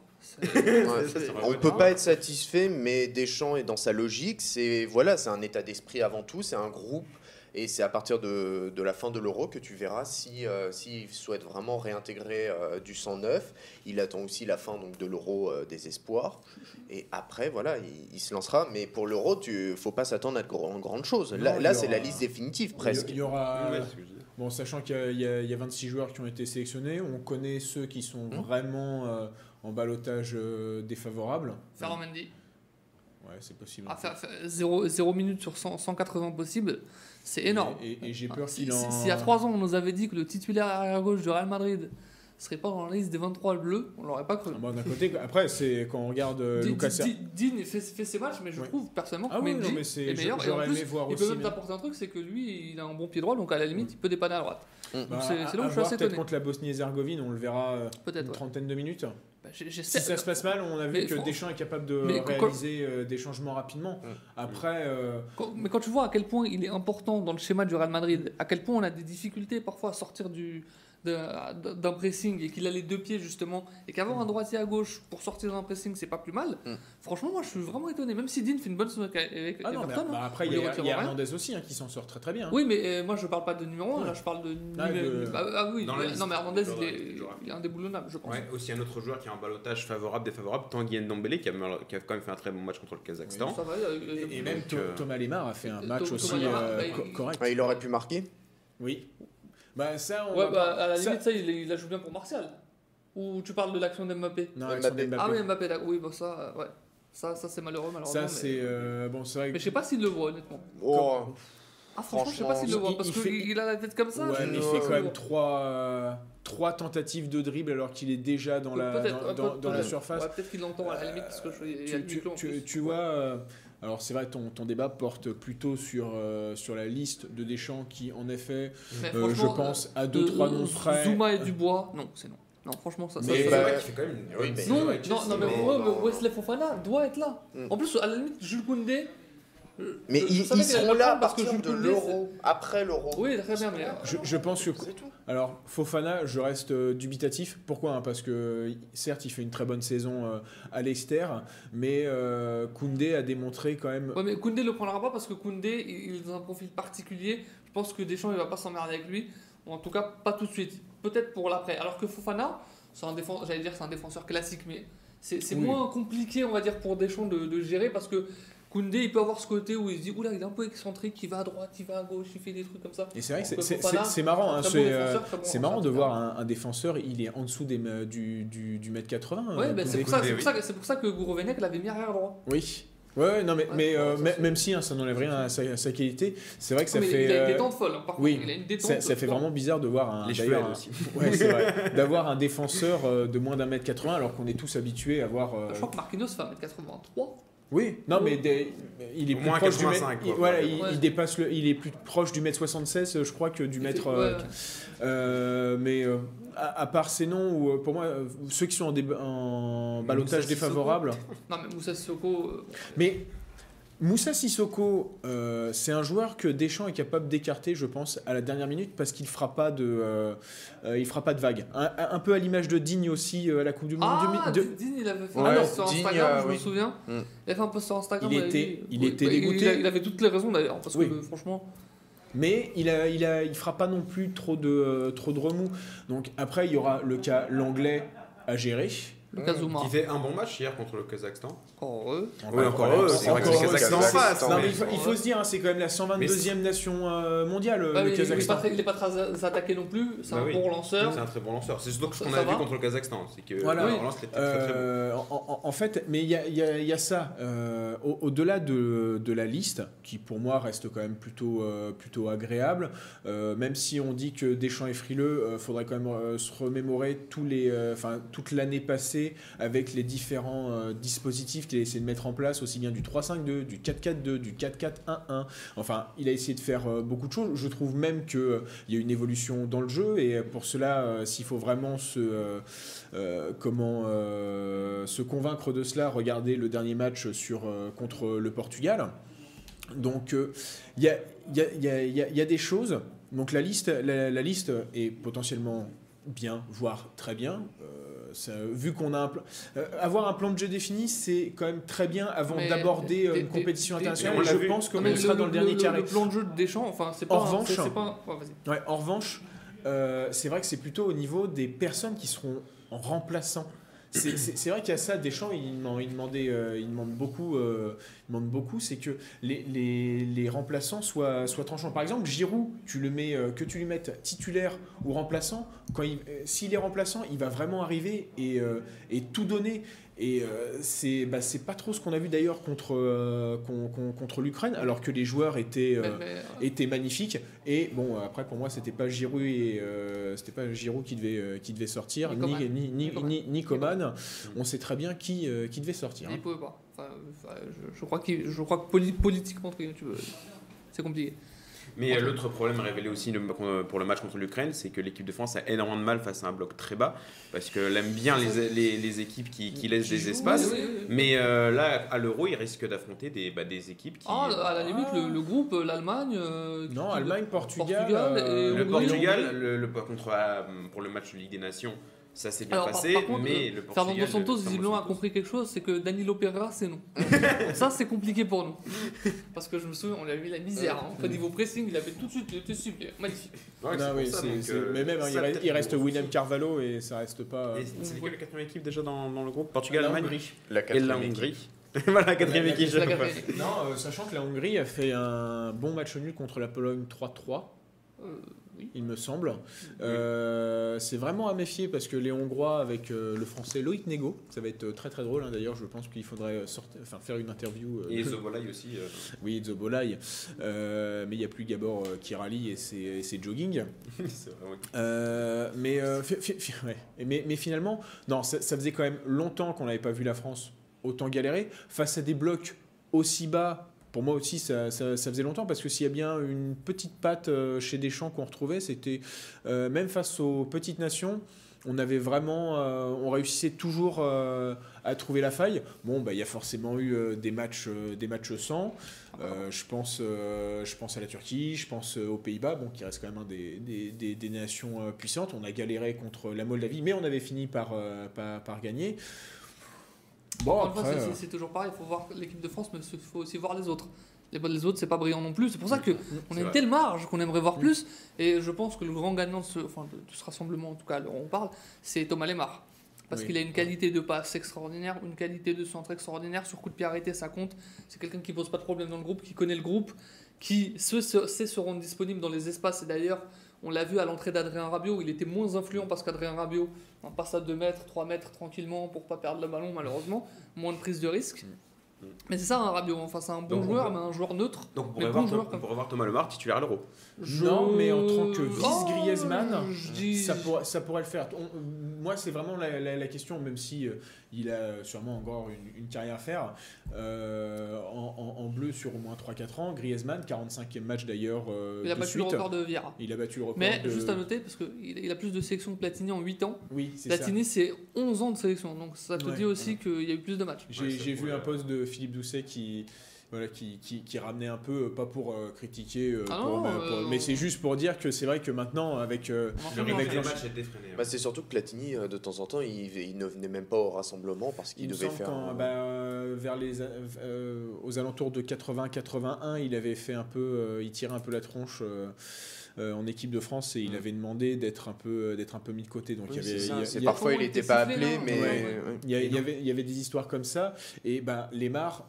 On peut pas être satisfait, mais Deschamps est dans sa logique. C'est un état d'esprit avant tout, c'est un groupe. Et c'est à partir de la fin de l'Euro que tu verras s'il souhaite vraiment réintégrer du sang neuf. Il attend aussi la fin donc, de l'Euro des espoirs. Et après, il se lancera. Mais pour l'Euro, il ne faut pas s'attendre à de grandes choses. Là c'est la liste définitive presque. Il y aura... Bon, sachant qu'il y a 26 joueurs qui ont été sélectionnés, on connaît ceux qui sont vraiment en ballottage défavorable. Ferland Mendy. Ouais, c'est possible. 0 minutes sur 180 possibles, c'est énorme. Et j'ai peur S'il qu'il en... y a 3 ans, on nous avait dit que le titulaire arrière-gauche du Real Madrid serait pas dans la liste des 23 bleus, on l'aurait pas cru. Bon, d'un côté, après, c'est quand on regarde Lucas... Dean fait ses matchs, mais je trouve personnellement que Mendy est meilleur. J'aurais et en aimé plus, voir il aussi, peut même t'apporter un truc, c'est que lui, il a un bon pied droit, donc à la limite, il peut dépanner à droite. Donc c'est là où je suis assez étonné. Peut-être contre la Bosnie-Herzégovine, on le verra une trentaine de minutes. Si ça se passe mal, on a vu que Deschamps est capable de réaliser des changements rapidement. Après... Mais quand tu vois à quel point il est important dans le schéma du Real Madrid, à quel point on a des difficultés parfois à sortir d'un pressing et qu'il a les deux pieds justement, et qu'avoir un droitier à gauche pour sortir d'un pressing, c'est pas plus mal. Franchement, moi je suis vraiment étonné, même si Dean fait une bonne semaine avec Everton. Après, il y a Hernandez aussi qui s'en sort très très bien. Oui, mais moi je parle pas de numéro 1, là je parle de oui, non mais Hernandez il est indéboulonnable, je pense. Ouais, aussi un autre joueur qui a un ballottage favorable, défavorable, Tanguy Ndombele qui a quand même fait un très bon match contre le Kazakhstan. Ça va, et même Thomas Lemar a fait un match aussi correct. Il aurait pu marquer. Oui. Ça, à la limite, il la joue bien pour Martial. Ou tu parles de l'action d'Mbappé? Non, Mbappé. Ah oui, Mbappé, oui, ça, ouais. Ça c'est malheureux, malheureusement. Ça, c'est vrai. Mais je sais pas s'il le voit, honnêtement. Franchement, je sais pas s'il le voit, parce qu'il a la tête comme ça. Ouais, mais il fait quand même 3 tentatives de dribble alors qu'il est déjà dans la surface. Ouais, peut-être qu'il l'entend à la limite, parce que tu vois... Alors c'est vrai, ton débat porte plutôt sur la liste de Deschamps qui, en effet, je pense, à 2-3 noms près... Zouma et Dubois, non, c'est non. Non, franchement, ça... Mais c'est qui fait quand même mais Wesley Fofana doit être là. En plus, à la limite, Jules Koundé... Mais ils seront là à partir de l'Euro, après l'Euro. Oui, très bien, mais... Je pense que... Alors, Fofana, je reste dubitatif. Pourquoi ? Parce que, certes, il fait une très bonne saison à Leicester, mais Koundé a démontré quand même... Ouais, mais Koundé ne le prendra pas parce que Koundé, il est dans un profil particulier. Je pense que Deschamps, il va pas s'emmerder avec lui. Ou en tout cas, pas tout de suite. Peut-être pour l'après. Alors que Fofana, c'est un défenseur classique, mais c'est moins compliqué, on va dire, pour Deschamps de gérer parce que Koundé, il peut avoir ce côté où il se dit oula, il est un peu excentrique, il va à droite, il va à gauche, il fait des trucs comme ça. Et c'est vrai que c'est marrant, c'est marrant de voir un défenseur, il est en dessous du mètre 80. Ouais, c'est pour ça que Gourouvenec l'avait mis arrière droit. Oui. Ouais, non, mais même si ça n'enlève rien à sa qualité, c'est vrai que ça fait. Il a une détente folle, par contre. Il a une détente. Ça fait vraiment bizarre de voir les cheveux aussi. Ouais, c'est vrai. D'avoir un défenseur de moins d'1m80 alors qu'on est tous habitués à voir. Je crois que Marquinhos fait 1m83. Oui, non, mais il est Au plus moins proche 85, du mètre. quoi. Il dépasse il est plus proche du mètre 76, je crois, que du mètre. Mais à part ces noms, ou pour moi, ceux qui sont en ballottage défavorable. Non, mais Moussa Sissoko. Mais Moussa Sissoko, c'est un joueur que Deschamps est capable d'écarter, je pense, à la dernière minute parce qu'il fera pas de vague. Un peu à l'image de Digne aussi à la Coupe du Monde. Digne, il avait fait Ouais, un post sur Digne, Instagram, je me oui. souviens. Il a fait un post sur Instagram. Il était dégoûté. Il avait toutes les raisons d'ailleurs, parce Oui. que franchement. Mais il fera pas non plus trop de remous. Donc après, il y aura le cas l'anglais à gérer. Le Kazuma. Qui fait un bon match hier contre le Kazakhstan. Encore heureux. Oui, encore heureux. C'est vrai que le Kazakhstan en face. Non, mais- mais il faut se dire, c'est quand même la 122e nation mondiale, Ouais, le mais Kazakhstan. il n'est pas très attaqué non plus. C'est Bah un oui. bon lanceur. C'est un très bon lanceur. C'est surtout ce Ça qu'on a va. vu contre le Kazakhstan. C'est que Voilà. la relance était très très bon. En fait, mais il y a ça. Au-delà de la liste, qui pour moi reste quand même plutôt agréable, même si on dit que Deschamps est frileux, faudrait quand même se remémorer toute l'année passée avec les différents dispositifs qu'il a essayé de mettre en place, aussi bien du 3-5-2, du 4-4-2, du 4-4-1-1. Enfin, il a essayé de faire beaucoup de choses. Je trouve même qu'il y a une évolution dans le jeu, et pour cela, s'il faut vraiment se convaincre de cela, regardez le dernier match contre le Portugal. Donc il y a des choses. Donc la liste est potentiellement bien, voire très bien. Vu qu'on a avoir un plan de jeu défini, c'est quand même très bien avant d'aborder une compétition internationale. on Et l'a je vu. pense qu'on Mais sera dans le dernier carré. Le plan de jeu de Deschamps, enfin, c'est pas. En revanche, c'est pas. Ouais, vas-y. Ouais, en revanche, c'est vrai que c'est plutôt au niveau des personnes qui seront en remplaçant. C'est vrai qu'il y a ça. Deschamps, il demande beaucoup, c'est que les remplaçants soient tranchants. Par exemple, Giroud, que tu lui mettes titulaire ou remplaçant, s'il est remplaçant, il va vraiment arriver et tout donner. Et c'est pas trop ce qu'on a vu d'ailleurs contre l'Ukraine, alors que les joueurs étaient magnifiques. Et bon, après pour moi c'était pas Giroud qui devait sortir, ni Coman. On sait très bien qui devait sortir. Il pouvait pas. Enfin, je crois que politiquement, c'est compliqué. Mais l'autre problème révélé aussi pour le match contre l'Ukraine, c'est que l'équipe de France a énormément de mal face à un bloc très bas, parce qu'elle aime bien les équipes qui laissent des espaces. Oui. Mais là, à l'Euro, il risque d'affronter des équipes qui... À la limite, le groupe, l'Allemagne... non, Allemagne, Portugal... et le Hongrie, Portugal, pour le match de Ligue des Nations, ça s'est bien passé, par contre, mais le Portugal... Fernando Santos, visiblement, a compris quelque chose, c'est que Danilo Pereira, c'est non. Ça, c'est compliqué pour nous. Parce que je me souviens, on a vu la misère. Au niveau pressing, il avait tout de suite, il était super, magnifique. Ouais, Non, oui, mais même il reste William Carvalho et ça reste pas... C'est lesquelles la quatrième équipe déjà dans le groupe? Portugal, Allemagne La et la Hongrie. Voilà, la quatrième équipe. C'est la quatrième équipe. Non, sachant que la Hongrie a fait un bon match nul contre la Pologne 3-3. Oui. Il me semble. C'est vraiment à méfier parce que les Hongrois avec le français Loïc Nego, ça va être très très drôle. D'ailleurs, je pense qu'il faudrait faire une interview. Et Zobolay aussi. Oui, Zobolay. Mais il n'y a plus Gabor Kirali et c'est jogging. C'est vrai, oui. Mais finalement, non, ça faisait quand même longtemps qu'on n'avait pas vu la France autant galérer face à des blocs aussi bas. Pour moi aussi, ça faisait longtemps, parce que s'il y a bien une petite patte chez Deschamps qu'on retrouvait, c'était même face aux petites nations, on avait vraiment, on réussissait toujours à trouver la faille. Bon, il y a forcément eu des matchs sans. Je pense à la Turquie, je pense aux Pays-Bas, qui reste quand même des nations puissantes. On a galéré contre la Moldavie, mais on avait fini par gagner. Bon, Encore une fois, c'est toujours pareil, il faut voir l'équipe de France, mais il faut aussi voir les autres. Les autres, c'est pas brillant non plus. C'est pour ça qu'on a une telle marge qu'on aimerait voir plus. Et je pense que le grand gagnant de ce rassemblement, en tout cas, on parle, c'est Thomas Lemar. Parce qu'il a une qualité de passe extraordinaire, une qualité de centre extraordinaire. Sur coup de pied arrêté, ça compte. C'est quelqu'un qui pose pas de problème dans le groupe, qui connaît le groupe, qui sait se rendre disponible dans les espaces. Et d'ailleurs, on l'a vu à l'entrée d'Adrien Rabiot, il était moins influent parce qu'Adrien Rabiot passe à 2 mètres, 3 mètres tranquillement pour pas perdre le ballon malheureusement, moins de prise de risque. Mais c'est ça un Rabiot, enfin c'est un bon Donc, joueur, mais un joueur neutre. Donc on mais pourrait, bon voir, joueur, on pourrait voir Thomas Lemar titulaire à l'Euro. Non, mais en tant que vice-Griezmann, je dis- ça pourrait le faire. Moi, c'est vraiment la question, même si il a sûrement encore une carrière à faire. En bleu sur au moins 3-4 ans, Griezmann, 45e match d'ailleurs. Il a de battu suite. le record de Vieira. Il a battu le record Mais de... juste à noter, parce qu'il a plus de sélections que Platini en 8 ans. Oui, c'est ça. Platini, c'est 11 ans de sélection, donc ça te Ouais, dit aussi qu'il y a eu plus de matchs. J'ai vu un post de Philippe Doucet qui ramenait un peu, pas pour critiquer, mais c'est juste pour dire que c'est vrai que maintenant, avec Le rythme avec des l'enchaînement- matchs est effréné. Bah, c'est surtout que Platini, de temps en temps, il ne venait même pas au rassemblement parce qu'il il me devait semble faire. vers aux alentours de 80-81, il avait fait un peu, il tirait un peu la tronche en équipe de France et il avait demandé d'être un peu mis de côté. Donc Oui, il y avait, c'est ça, il y a- c'est il y a- parfois il il n'était était pas sifflé, appelé, non mais. Ouais. il y avait des histoires comme ça. Et Lemar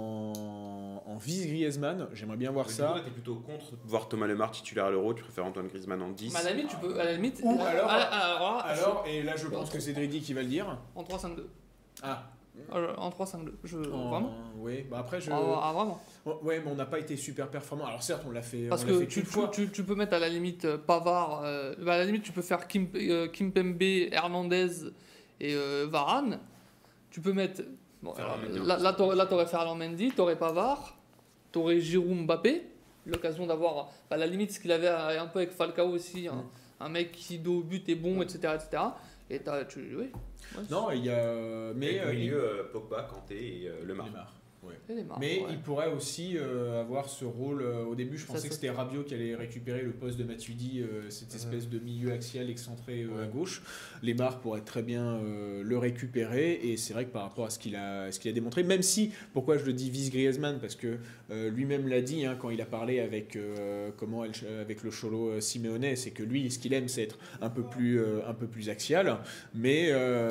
en vice Griezmann, j'aimerais bien voir ça. Tu es plutôt contre voir Thomas Lemar titulaire à l'Euro, tu préfères Antoine Griezmann en 10. Mais à la limite, tu peux. À la limite. Ou alors- alors, Et là je pense que c'est Dridi qui va le dire. en 3-5-2. Ah, En 3-5-2. Vraiment oui, après je. Vraiment. Ouais, mais on n'a pas été super performant. Alors certes, on l'a fait. Parce on l'a que fait qu'une fois. tu peux mettre à la limite Pavard. À la limite, tu peux faire Kimpembe, Hernandez et Varane. Tu peux mettre. Bon, Ferland Mendy. là, t'aurais Ferland Mendy, t'aurais Pavard, t'aurais Giroud, Mbappé. L'occasion d'avoir, à la limite, ce qu'il avait un peu avec Falcao aussi, un mec qui dos au but est bon, etc. Et oui. Non, il y a. Mais Mais au milieu, Pogba, Kanté et Lemar. Lemar, ouais. Et Neymar, Mais ouais. il pourrait aussi avoir ce rôle. Au début, je pensais Ça, que c'était Rabiot qui allait récupérer le poste de Matuidi, cette espèce de milieu axial excentré à gauche. Lemar pourrait très bien le récupérer. Et c'est vrai que par rapport à ce qu'il a démontré, même si, pourquoi je le dis vice Griezmann, parce que lui-même l'a dit quand il a parlé avec avec le Cholo Simeone, c'est que lui, ce qu'il aime, c'est être un peu plus axial, mais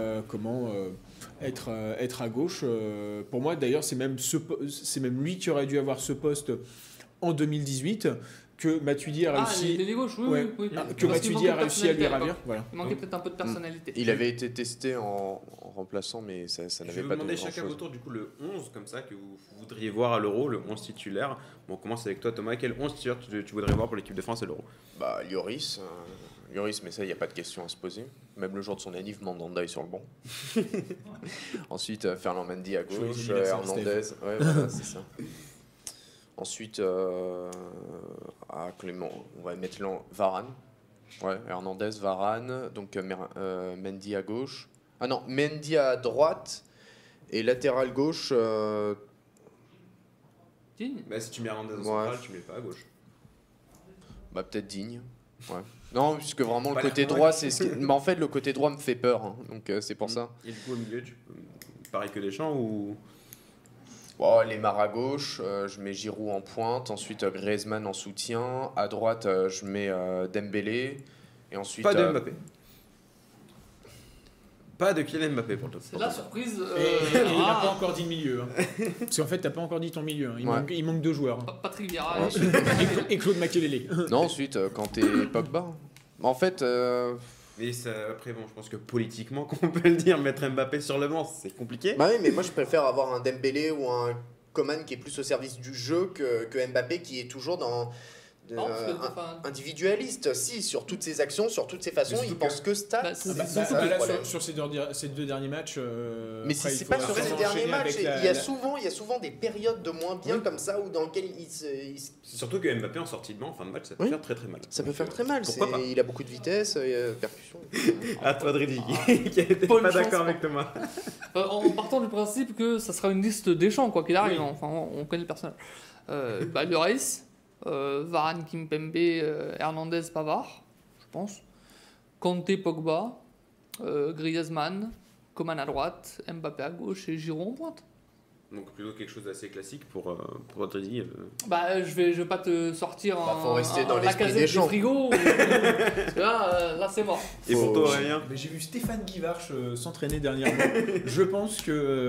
être à gauche. Pour moi, d'ailleurs, c'est même lui qui aurait dû avoir ce poste en 2018 que Matuidi a réussi. Les gauche, oui, Ouais. oui. Que Parce qu'il Matuidi manquait a de réussi à lui personnalité ravir. l'époque. Voilà. Il manquait peut-être un peu de personnalité. Il avait été testé en remplaçant, mais ça Je vais n'avait vous pas demander donné chacun grand-chose. autour du coup le 11 comme ça que vous voudriez voir à l'Euro, le 11 titulaire. Bon, on commence avec toi Thomas, quel 11 titulaire tu voudrais voir pour l'équipe de France à l'Euro? Bah, Lloris, mais ça, il n'y a pas de question à se poser. Même le jour de son anniv, Mandanda est sur le banc. Ensuite, Ferland Mendy à Joyeux gauche, anniversaire, Hernandez. Ouais, voilà, c'est ça. Ensuite, à Clément, on va mettre Varane. Ouais, Hernandez, Varane. Donc, Mendy à gauche. Ah non, Mendy à droite. Et latéral gauche. Digne. Bah, si tu mets Hernandez en Ouais. centrale, tu mets pas à gauche. Bah, peut-être Digne. Ouais. Non, puisque vraiment le Pas côté l'air droit, c'est ce qui... Mais en fait, le côté droit me fait peur. Donc, c'est pour ça. Et du coup au milieu, pareil que Deschamps ou Bon, Lemar à gauche, je mets Giroud en pointe, ensuite Griezmann en soutien, à droite je mets Dembélé, et ensuite... pas de Mbappé? Pas de Kylian Mbappé pour toi. C'est la surprise. Et il n'a pas encore dit le milieu. Parce qu'en fait, tu n'as pas encore dit ton milieu. Il manque 2 joueurs. Patrick Vieira. Et Claude Makelele. Non, ensuite Kanté et Pogba. En fait, Mais ça, après, bon, je pense que politiquement, qu'on peut le dire, mettre Mbappé sur le banc, c'est compliqué. bah oui, mais moi je préfère avoir un Dembélé ou un Coman qui est plus au service du jeu que Mbappé qui est toujours dans... Non, parce que, individualiste, si, sur toutes ses actions, sur toutes ses façons, Mais il surtout pense que stats. Bah, c'est- C'est c'est- ça, le Là, problème. sur ces 2 derniers matchs. Mais après, c'est il pas faudra sur ces vraiment derniers enchaîner matchs. avec Il y a souvent des périodes de moins bien comme ça ou dans lesquelles Surtout que Mbappé en sortie de banc en fin de match, ça peut Oui. faire très très mal. ça peut Donc, faire très mal. Pourquoi pas? Il a beaucoup de vitesse, percussion. À toi, Dridi, qui n'était Pas une pas chance, d'accord quoi. avec Thomas. En partant du principe que ça sera une liste des champs, quoi qu'il arrive. Oui. Enfin, on connaît le personnage. Lloris, Varane, Kimpembe, Hernandez, Pavard, je pense. Kanté, Pogba, Griezmann, Coman à droite, Mbappé à gauche et Giroud en pointe. Donc plutôt quelque chose d'assez classique pour Dridi. Je vais pas te sortir faut rester dans la l'esprit casette des du champs. frigo. Parce que là c'est mort. Et pour toi, Aurélien? Mais j'ai vu Stéphane Guivarch s'entraîner dernièrement. Je pense que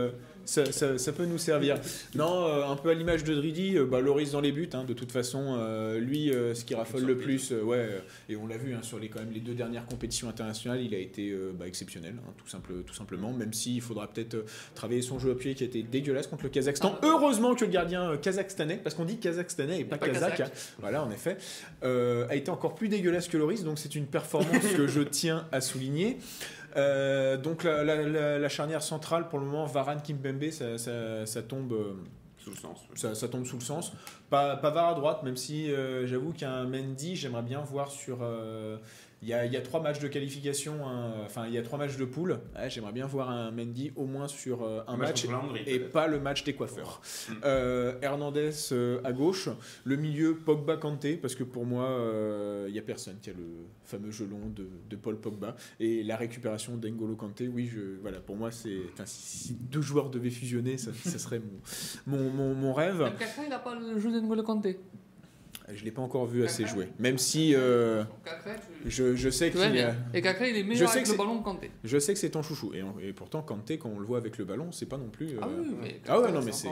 ça peut nous servir. Non, un peu à l'image de Dridi, Loris dans les buts, hein, de toute façon, lui, ce qui raffole le plus, et on l'a vu sur quand même les 2 dernières compétitions internationales, il a été exceptionnel, hein, tout simplement, même s'il faudra peut-être travailler son jeu au pied qui a été dégueulasse contre le Kazakhstan. Heureusement que le gardien kazakhstanais, parce qu'on dit kazakhstanais et pas kazakh, voilà, en effet, a été encore plus dégueulasse que Loris, donc c'est une performance que je tiens à souligner. Donc la charnière centrale pour le moment, Varane, Kimpembe, ça tombe Sous le sens. ça tombe sous le sens. Pas Var à droite, même si j'avoue qu'un Mendy, j'aimerais bien voir sur. Il y a 3 matchs de qualification, il y a 3 matchs de poule. Ouais, j'aimerais bien voir un Mendy au moins sur un match et pas le match des coiffeurs. Hernandez à gauche, le milieu Pogba Kanté, parce que pour moi, il n'y a personne qui a le fameux gelon de Paul Pogba. Et la récupération d'Engolo Kanté, pour moi, si 2 joueurs devaient fusionner, ça serait mon rêve. Même Kaka, il n'a pas le jeu d'Engolo Kanté. Je ne l'ai pas encore vu assez jouer. Même si je sais qu'il Et Kaka, il est meilleur avec le ballon que Kanté. Je sais que c'est ton chouchou. Et pourtant, Kanté, quand on le voit avec le ballon, c'est pas non plus... Ah oui, mais... c'est...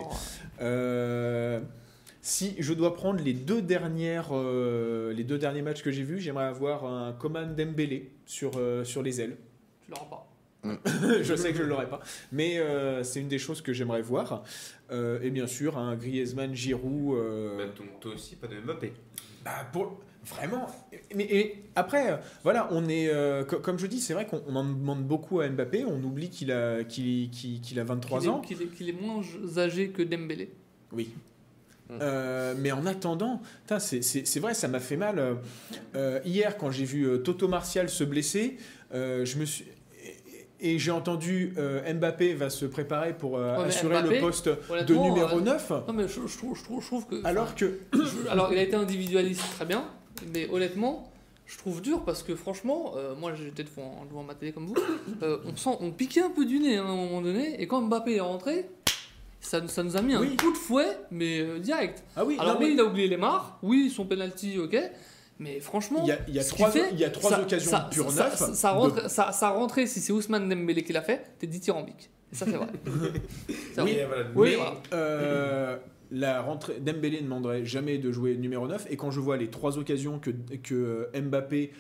Si je dois prendre les 2 derniers matchs que j'ai vus, j'aimerais avoir un Coman Dembélé sur les ailes. Tu l'auras pas. Je sais que je ne l'aurai pas, mais c'est une des choses que j'aimerais voir. Et bien sûr, un Griezmann, Giroud. Donc toi aussi, pas de Mbappé. Vraiment. Mais après, voilà, on est. Comme je dis, c'est vrai qu'on en demande beaucoup à Mbappé. On oublie qu'il a 23 ans. Qu'il est moins âgé que Dembélé. Oui. Mais en attendant, c'est vrai, ça m'a fait mal. Hier, quand j'ai vu Toto Martial se blesser, je me suis. Et j'ai entendu Mbappé va se préparer pour assurer Mbappé, le poste de numéro 9. Non, mais je trouve que... Alors que... Alors, il a été individualiste, très bien. Mais honnêtement, je trouve dur parce que franchement, moi j'étais devant ma télé comme vous, on piquait un peu du nez à un moment donné. Et quand Mbappé est rentré, ça nous a mis un coup de fouet, mais direct. Ah oui, alors il a oublié les marres. Oui, son penalty, ok. Mais franchement, il y a 3 occasions pure neuf. Ça rentrait, si c'est Ousmane Dembélé qui l'a fait, t'es dithyrambique. Et ça, c'est vrai. Oui, voilà. La rentrée, Dembélé ne demanderait jamais de jouer numéro 9. Et quand je vois les 3 occasions que Mbappé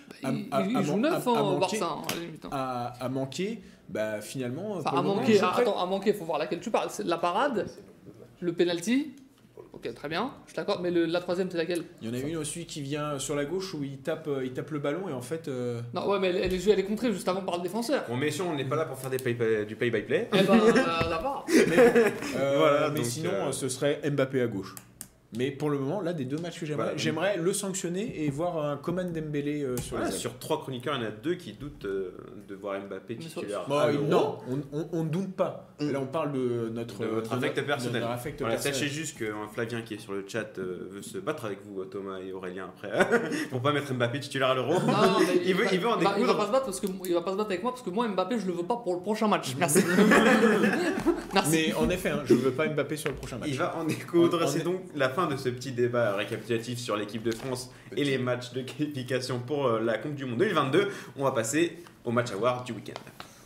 a manqué, finalement... a manqué, il faut voir laquelle tu parles. C'est la parade, le penalty... Ok, très bien, je suis d'accord, mais la troisième, c'est laquelle? Il y en a une aussi qui vient sur la gauche où il tape le ballon et en fait... Non, ouais, mais elle est contrée juste avant par le défenseur. Bon, mais si on n'est pas là pour faire du play-by-play. Eh ben, là-bas. Mais sinon, ce serait Mbappé à gauche. Mais pour le moment, là, des 2 matchs que j'aimerais le sanctionner et voir un Coman Dembélé sur les ailes. Sur 3 chroniqueurs, il y en a 2 qui doutent de voir Mbappé titulaire. Non, on ne doute pas. Là, on parle de notre affect personnel. Sachez juste que Flavien qui est sur le chat veut se battre avec vous, Thomas et Aurélien, après, pour pas mettre Mbappé titulaire à l'Euro. Il veut en découdre. Il va pas se battre avec moi parce que moi, Mbappé, je le veux pas pour le prochain match. Merci. Mais en effet, je ne veux pas Mbappé sur le prochain match. Il va en découdre. C'est donc la fin de ce petit débat récapitulatif sur l'équipe de France et les matchs de qualification pour la Coupe du Monde 2022. On va passer au match à voir du week-end.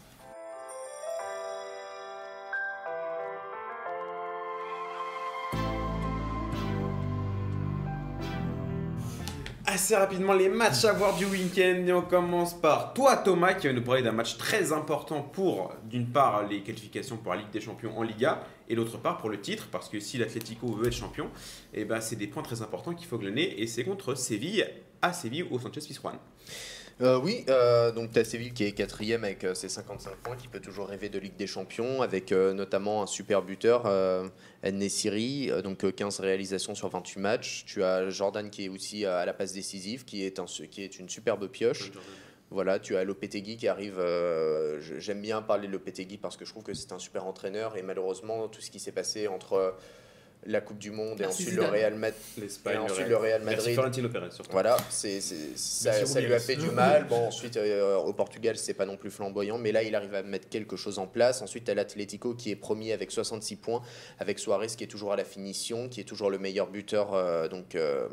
Assez rapidement les matchs à voir du week-end et on commence par toi Thomas qui va nous parler d'un match très important pour d'une part les qualifications pour la Ligue des Champions en Liga et d'autre part pour le titre parce que si l'Atlético veut être champion c'est des points très importants qu'il faut glaner et c'est contre Séville à Séville au Sanchez-Pizjuán. Donc tu as Séville qui est 4e avec ses 55 points, qui peut toujours rêver de Ligue des Champions, avec notamment un super buteur, En-Nesyri, donc 15 réalisations sur 28 matchs. Tu as Jordan qui est aussi à la passe décisive, qui est une superbe pioche. Voilà, tu as Lopetegui qui arrive. J'aime bien parler de Lopetegui parce que je trouve que c'est un super entraîneur et malheureusement tout ce qui s'est passé entre la Coupe du Monde et ensuite le Real Madrid. Voilà, ça lui a fait du mal. Bon, ensuite au Portugal, c'est pas non plus flamboyant, mais là il arrive à mettre quelque chose en place. Ensuite, tu as l'Atlético qui est premier avec 66 points, avec Suarez qui est toujours à la finition, qui est toujours le meilleur buteur.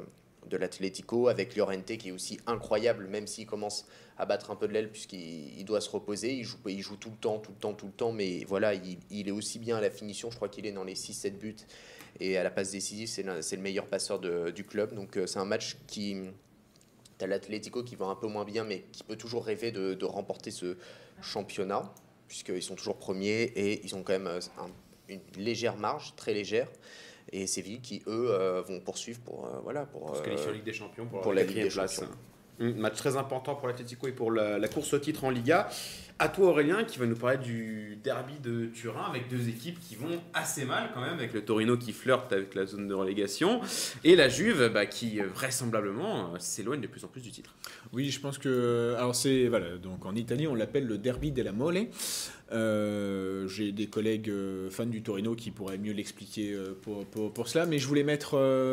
de l'Atlético, avec Llorente qui est aussi incroyable, même s'il commence à battre un peu de l'aile puisqu'il doit se reposer. Il joue tout le temps, mais voilà, il est aussi bien à la finition. Je crois qu'il est dans les 6-7 buts, et à la passe décisive, c'est le meilleur passeur du club. Donc c'est un match qui... T'as l'Atlético qui va un peu moins bien, mais qui peut toujours rêver de remporter ce championnat, puisqu'ils sont toujours premiers, et ils ont quand même une légère marge, très légère. Et Séville qui, eux, vont poursuivre pour se qualifier en Ligue des Champions pour la Ligue des place. Champions. Match très important pour l'Atlético et pour la course au titre en Liga. À toi Aurélien qui va nous parler du derby de Turin avec deux équipes qui vont assez mal quand même, avec le Torino qui flirte avec la zone de relégation et la Juve qui vraisemblablement s'éloigne de plus en plus du titre. Oui, je pense que donc en Italie on l'appelle le derby della Mole. J'ai des collègues fans du Torino qui pourraient mieux l'expliquer pour cela, mais je voulais mettre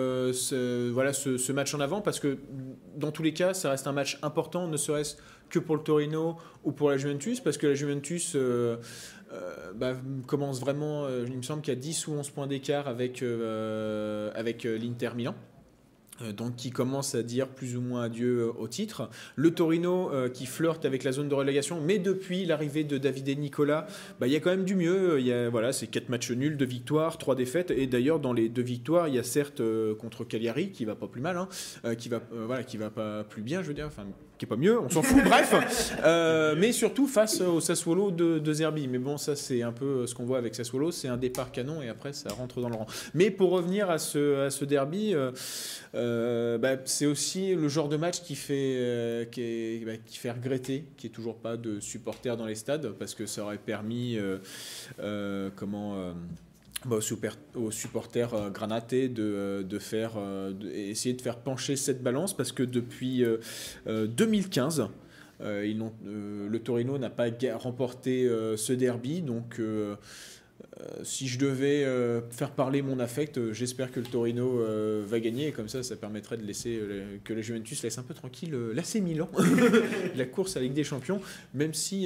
ce match en avant parce que dans tous les cas ça reste un match important, ne serait-ce que pour le Torino ou pour la Juventus, parce que la Juventus commence vraiment, il me semble qu'il y a 10 ou 11 points d'écart avec l'Inter Milan. Donc qui commence à dire plus ou moins adieu au titre. Le Torino qui flirte avec la zone de relégation, mais depuis l'arrivée de Davide Nicola, il y a quand même du mieux. C'est 4 matchs nuls, 2 victoires, 3 défaites, et d'ailleurs dans les 2 victoires, il y a certes contre Cagliari qui va pas plus mal, qui va pas plus bien, je veux dire, enfin qui est pas mieux, on s'en fout, bref, mais surtout face au Sassuolo de Zerbi. Mais bon, ça c'est un peu ce qu'on voit avec Sassuolo, c'est un départ canon et après ça rentre dans le rang. Mais pour revenir à ce derby, c'est aussi le genre de match qui fait regretter qu'il n'y ait toujours pas de supporters dans les stades, parce que ça aurait permis aux supporters granatés essayer de faire pencher cette balance, parce que depuis 2015 le Torino n'a pas remporté ce derby, donc si je devais faire parler mon affect, j'espère que le Torino va gagner, et comme ça permettrait de laisser que la Juventus laisse un peu tranquille l'AC Milan, la course à la Ligue des Champions, même si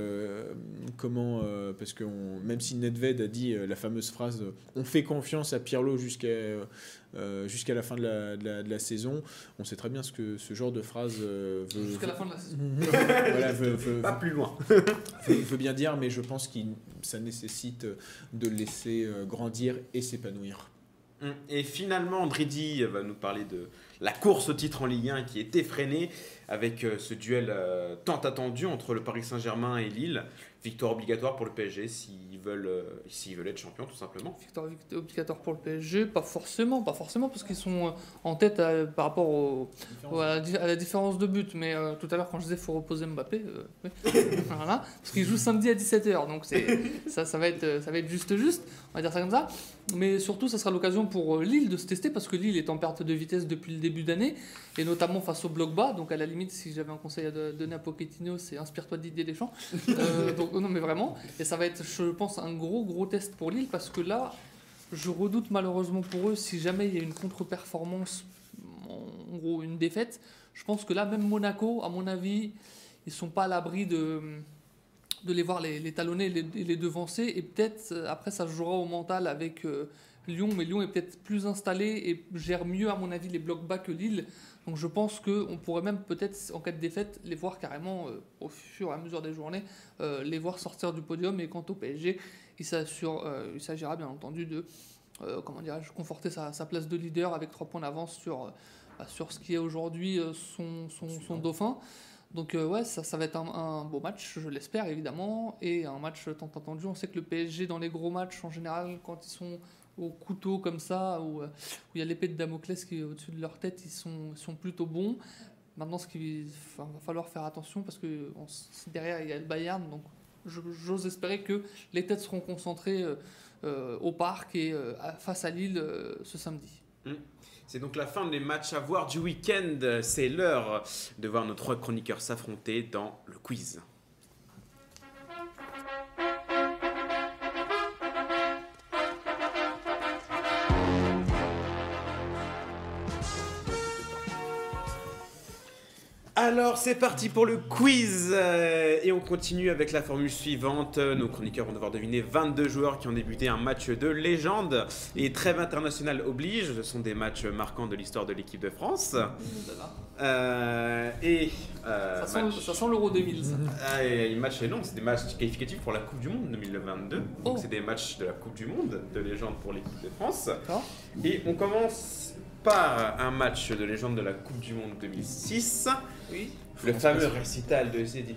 parce que même si Nedved a dit la fameuse phrase on fait confiance à Pirlo jusqu'à la fin de la saison, on sait très bien ce que ce genre de phrase veut. Jusqu'à la fin de la saison. Veut pas plus loin. veut bien dire, mais je pense que ça nécessite de le laisser grandir et s'épanouir. Et finalement, Dridi va nous parler de la course au titre en Ligue 1 qui est effrénée avec ce duel tant attendu entre le Paris Saint-Germain et Lille. Victoire obligatoire pour le PSG s'ils veulent être champions, tout simplement. Victoire obligatoire pour le PSG, pas forcément, parce qu'ils sont en tête par rapport à la différence de but. Mais tout à l'heure, quand je disais qu'il faut reposer Mbappé, voilà, parce qu'il joue samedi à 17h, donc ça va être juste, on va dire ça comme ça. Mais surtout, ça sera l'occasion pour Lille de se tester, parce que Lille est en perte de vitesse depuis le début d'année, et notamment face au bloc bas. Donc à la limite, si j'avais un conseil à donner à Pochettino, c'est inspire-toi de Didier Deschamps. Donc non, mais vraiment. Et ça va être, je pense, un gros test pour Lille, parce que là, je redoute malheureusement pour eux, si jamais il y a une contre-performance, en gros une défaite, je pense que là, même Monaco, à mon avis, ils sont pas à l'abri de les voir les talonner et les devancer, et peut-être après ça se jouera au mental avec Lyon, mais Lyon est peut-être plus installé et gère mieux à mon avis les blocs bas que Lille, donc je pense qu'on pourrait même peut-être en cas de défaite les voir carrément au fur et à mesure des journées les voir sortir du podium. Et quant au PSG, il s'agira bien entendu de conforter sa place de leader avec 3 points d'avance sur ce qui est aujourd'hui son dauphin. Donc ça va être un beau match, je l'espère évidemment, et un match tant attendu. On sait que le PSG dans les gros matchs en général, quand ils sont au couteau comme ça, où il y a l'épée de Damoclès qui est au-dessus de leur tête, ils sont plutôt bons. Maintenant, va falloir faire attention, parce que derrière il y a le Bayern, donc j'ose espérer que les têtes seront concentrées au parc et face à Lille ce samedi. C'est donc la fin des matchs à voir du week-end. C'est l'heure de voir nos 3 chroniqueurs s'affronter dans le quiz. Alors c'est parti pour le quiz et on continue avec la formule suivante. Nos chroniqueurs vont devoir deviner 22 joueurs qui ont débuté un match de légende et trêve internationale oblige. Ce sont des matchs marquants de l'histoire de l'équipe de France. Ça sent l'Euro 2000, ça. Match, non, c'est des matchs qualificatifs pour la Coupe du Monde 2022. Donc c'est des matchs de la Coupe du Monde de légende pour l'équipe de France. D'accord. Et on commence par un match de légende de la Coupe du Monde 2006. Oui. Le fameux récital de Zinedine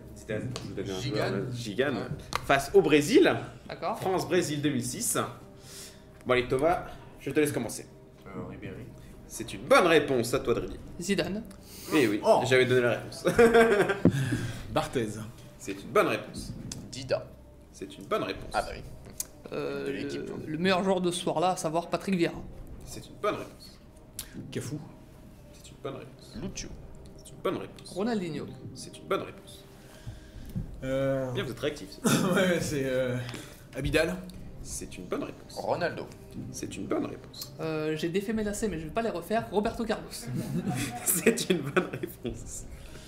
Zidane Ouais. face au Brésil. D'accord. France-Brésil 2006. Bon allez Thomas, je te laisse commencer. Ribéry. C'est une bonne réponse, à toi Dridi. Zidane. Eh oui, Oh. j'avais donné la réponse. Barthez. C'est une bonne réponse. Dida. C'est une bonne réponse. Ah bah oui. De l'équipe. Le meilleur joueur de ce soir-là, à savoir Patrick Vieira. C'est une bonne réponse. Cafou. C'est une bonne réponse. Lucio. C'est une bonne réponse. Ronaldinho. C'est une bonne réponse. Ouais, Bien, vous êtes réactifs. c'est Abidal. C'est une bonne réponse. Ronaldo. C'est une bonne réponse. J'ai défait mes lacets, mais je vais pas les refaire. Roberto Carlos. C'est une bonne réponse.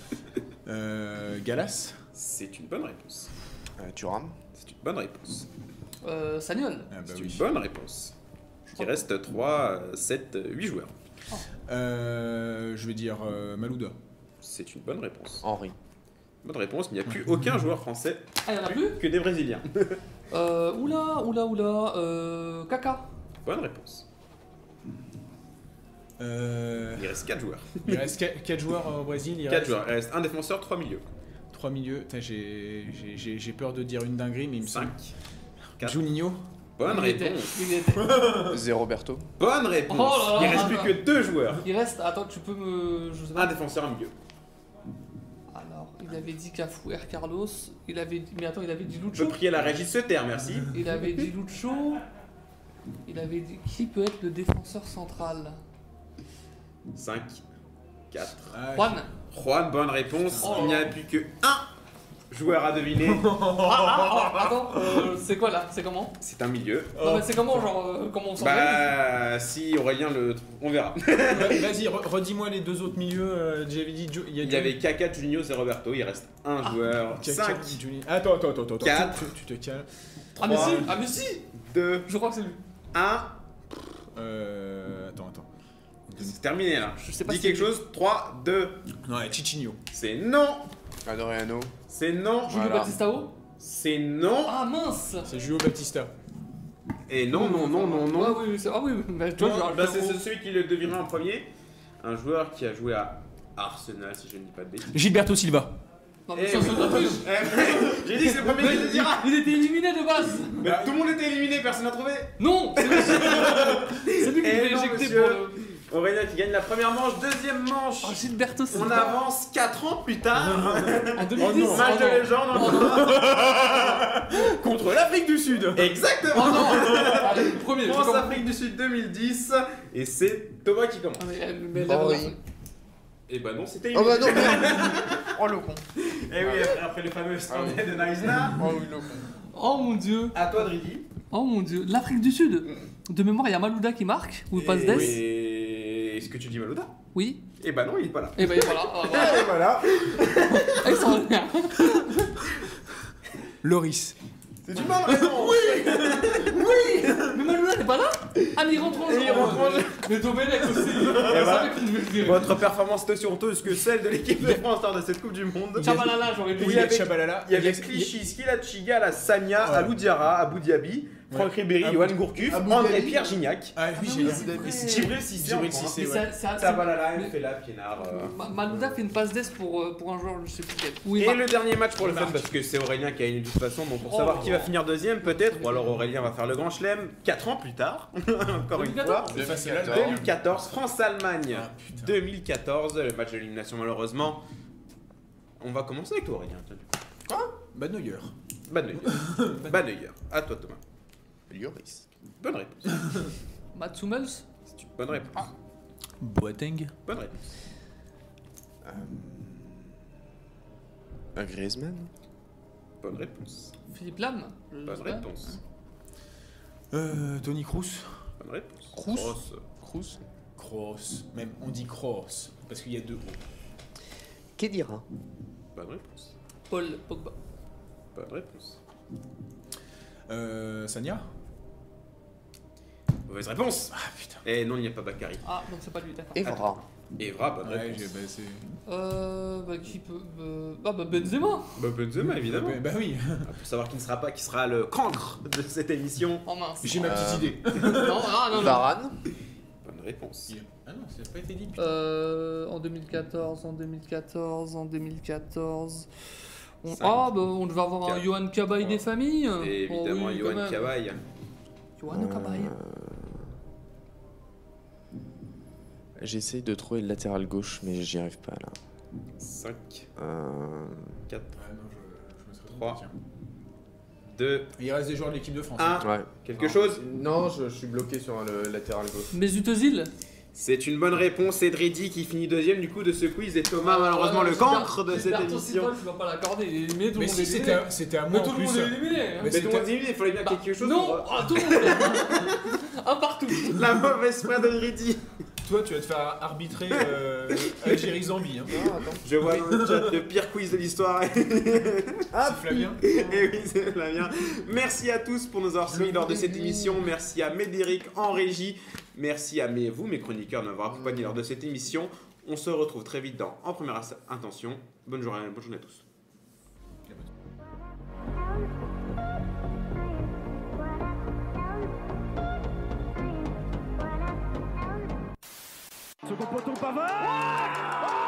Galas. C'est une bonne réponse. Thuram. C'est une bonne réponse. Sagnol. Ah bah C'est oui. une bonne réponse. Il reste 3, 7, 8 joueurs. Je vais dire Malouda. C'est une bonne réponse. Henri. Bonne réponse, il n'y a plus aucun joueur français Ah, y'en a plus que des Brésiliens. Kaka. Bonne réponse. Il reste 4 joueurs. Il reste 4 joueurs au Brésil. 4 joueurs. Il reste un défenseur, 3 milieux. 3 milieux. Putain, j'ai peur de dire une dinguerie, mais il me 5. semble. 4. Juninho. Bonne Il était, réponse. il était. Zé Roberto. Bonne réponse. Oh là là, Il reste plus attends. que 2 joueurs. Il reste. Attends, tu peux me. Je sais Un pas. défenseur, un milieu. Alors, il avait dit Cafu, R. Carlos. Il avait dit. Mais attends, il avait dit Je peux Lucho. prier la régie de se taire, merci. Il avait dit Lucho. Il avait dit. Qui peut être le défenseur central 5, 4. Ah, Juan. Juan, bonne réponse. Oh. Il n'y a plus que 1 joueur à deviner. Attends, c'est quoi là C'est comment C'est un milieu. Non, mais c'est comment, genre, comment on s'organise Bah, si Aurélien le trouve, on verra. Vas-y, redis-moi les 2 autres milieux. J'avais dit. Il y avait Kaka, Juninho et Roberto. Il reste un joueur. 5, Attends. Quatre. Tu te calmes. Ah, mais si 3, Ah, mais si 2, Je crois que c'est lui. 1. Attends. C'est terminé là. Je sais pas Dis si quelque c'est lui. chose. 3, 2. Non, Chichinho. C'est non. Adriano. C'est non. Julio Voilà. Batistao C'est non. Ah, mince C'est Julio Baptista. Et non. Ah oui, mais tu vois, Non, genre, bah, c'est celui qui le devinera en premier. Un joueur qui a joué à Arsenal, si je ne dis pas de bêtises. Gilberto Silva. Non, mais Eh ça, oui. c'est de la triche. J'ai dit que c'est le premier qui le dira. Il était éliminé de base Mais tout le monde était éliminé, personne n'a trouvé. Non C'est lui qui Eh l'a non, éjecté monsieur. pour le... Aurélien qui gagne la première manche, deuxième manche. Oh, Gilberto On Silva. avance 4 ans plus tard. En 2010 Match de légende Contre l'Afrique du Sud. Oh Exactement. non Allez, le premier, je commence. France-Afrique du Sud 2010. Et c'est Thomas qui commence. Ah, mais là, Henri. Et bah non, c'était Oh bah non, merde. Oh le con. Et oui, après le fameux standard de Naïsna. Oh oui, le con. Oh mon dieu À toi, Dridi. Oh mon dieu L'Afrique du Sud De mémoire, il y a Malouda qui marque, ou passe Dess. Et est-ce que tu dis Malouda? Oui. Et bah non, il est pas là. Et ben voilà. Ah, voilà. Et voilà. Extraordinaire. Loris. C'est une bonne réponse. Mais Malouda n'est pas là Ah, mais il rentre en jeu. Et il rentre en jeu. Mais Domenech aussi. voilà. Je savais qu'on devait le virer. Votre performance est aussi honteuse que celle de l'équipe de France lors de cette Coupe du Monde. Chabalala, j'aurais dû Oui, Il y a avec- Chabalala. Il y avait Clichy, Skila Chigala, Sagna, Alou Diarra, Abou Diaby, Franck Ribéry, Abou- Johan Gourcuff, Abou André Diaby. Pierre Gignac, Ah oui, Ah j'ai oui, dit. c'est vrai. Djibril Cissé, Djibril en Cissé. France. Mais ça- Tabalala, mais- Mfela, Pienard. Malouda fait une passe d'ess pour un joueur, je sais plus quel. Oui, Et le dernier match pour le fun, parce que c'est Aurélien qui a gagné de toute façon, donc pour savoir Oh. qui va finir deuxième peut-être, ou alors Aurélien va faire le grand chelem 4 ans plus tard, encore une fois. 2014. 2014. 2014, France-Allemagne. Ah, putain. 2014, le match d'élimination malheureusement. On va commencer avec toi Aurélien. Tiens, du coup. Bad Neuer. Bad Neuer. À toi Thomas. Lloris. Bonne réponse. Mats Hummels. C'est une bonne réponse. Boateng. Bonne réponse. Un Griezmann. Bonne réponse. Philippe Lam. je Bonne sais pas. réponse. Tony Kroos. Bonne réponse. Kroos. Kroos. Même, on dit Kroos. Parce qu'il y a 2 O. Khedira. Bonne réponse. Paul Pogba. Bonne réponse. Sagna. Mauvaise réponse. Ah putain. Et non, il n'y a pas Bakary. Ah, donc c'est pas lui, d'accord. Evra. Evra, bonne Ouais, réponse. Qui peut. Benzema. Benzema, évidemment. Oui. Pour savoir qui sera le cancre de cette émission. Oh mince. J'ai ma petite idée. Non. Varane. Bonne réponse. Ah non, ça n'a pas été dit. Putain. En 2014. On devait avoir un Quatre. Johan Cabaye des familles. Et évidemment, Oh oui, Johan quand même. Cabaye. Johan Cabaye. J'essaye de trouver le latéral gauche, mais j'y arrive pas là. 5, 4, Ah non, je me serais 3. trompé, tiens. 2, Il reste des joueurs de l'équipe de France. 1. Ouais. Quelque chose? Non, je suis bloqué sur le latéral gauche. Mesut Özil. C'est une bonne réponse. C'est Dridi qui finit deuxième du coup de ce quiz et Thomas malheureusement le cancre de cette émission. Je ne vais pas l'accorder. Il est éliminé, tout le Mais monde si, est éliminé. c'était à Mais moi en tout le plus. monde est éliminé. Mais Mais tout le c'était- monde dit il fallait bien quelque chose. Non, pour- tout le monde. Un partout. La mauvaise foi de Dridi. Toi, tu vas te faire arbitrer Algérie-Zambie. Hein. Je vois dans le chat le pire quiz de l'histoire. C'est Flavien. Et oui, c'est Flavien. Merci à tous pour nous avoir suivis lors de cette émission. Merci à Médéric en régie. Merci à vous, mes chroniqueurs, de m'avoir accompagné lors de cette émission. On se retrouve très vite dans En Première Intention. Bonne journée à tous. Second poteau Pavard.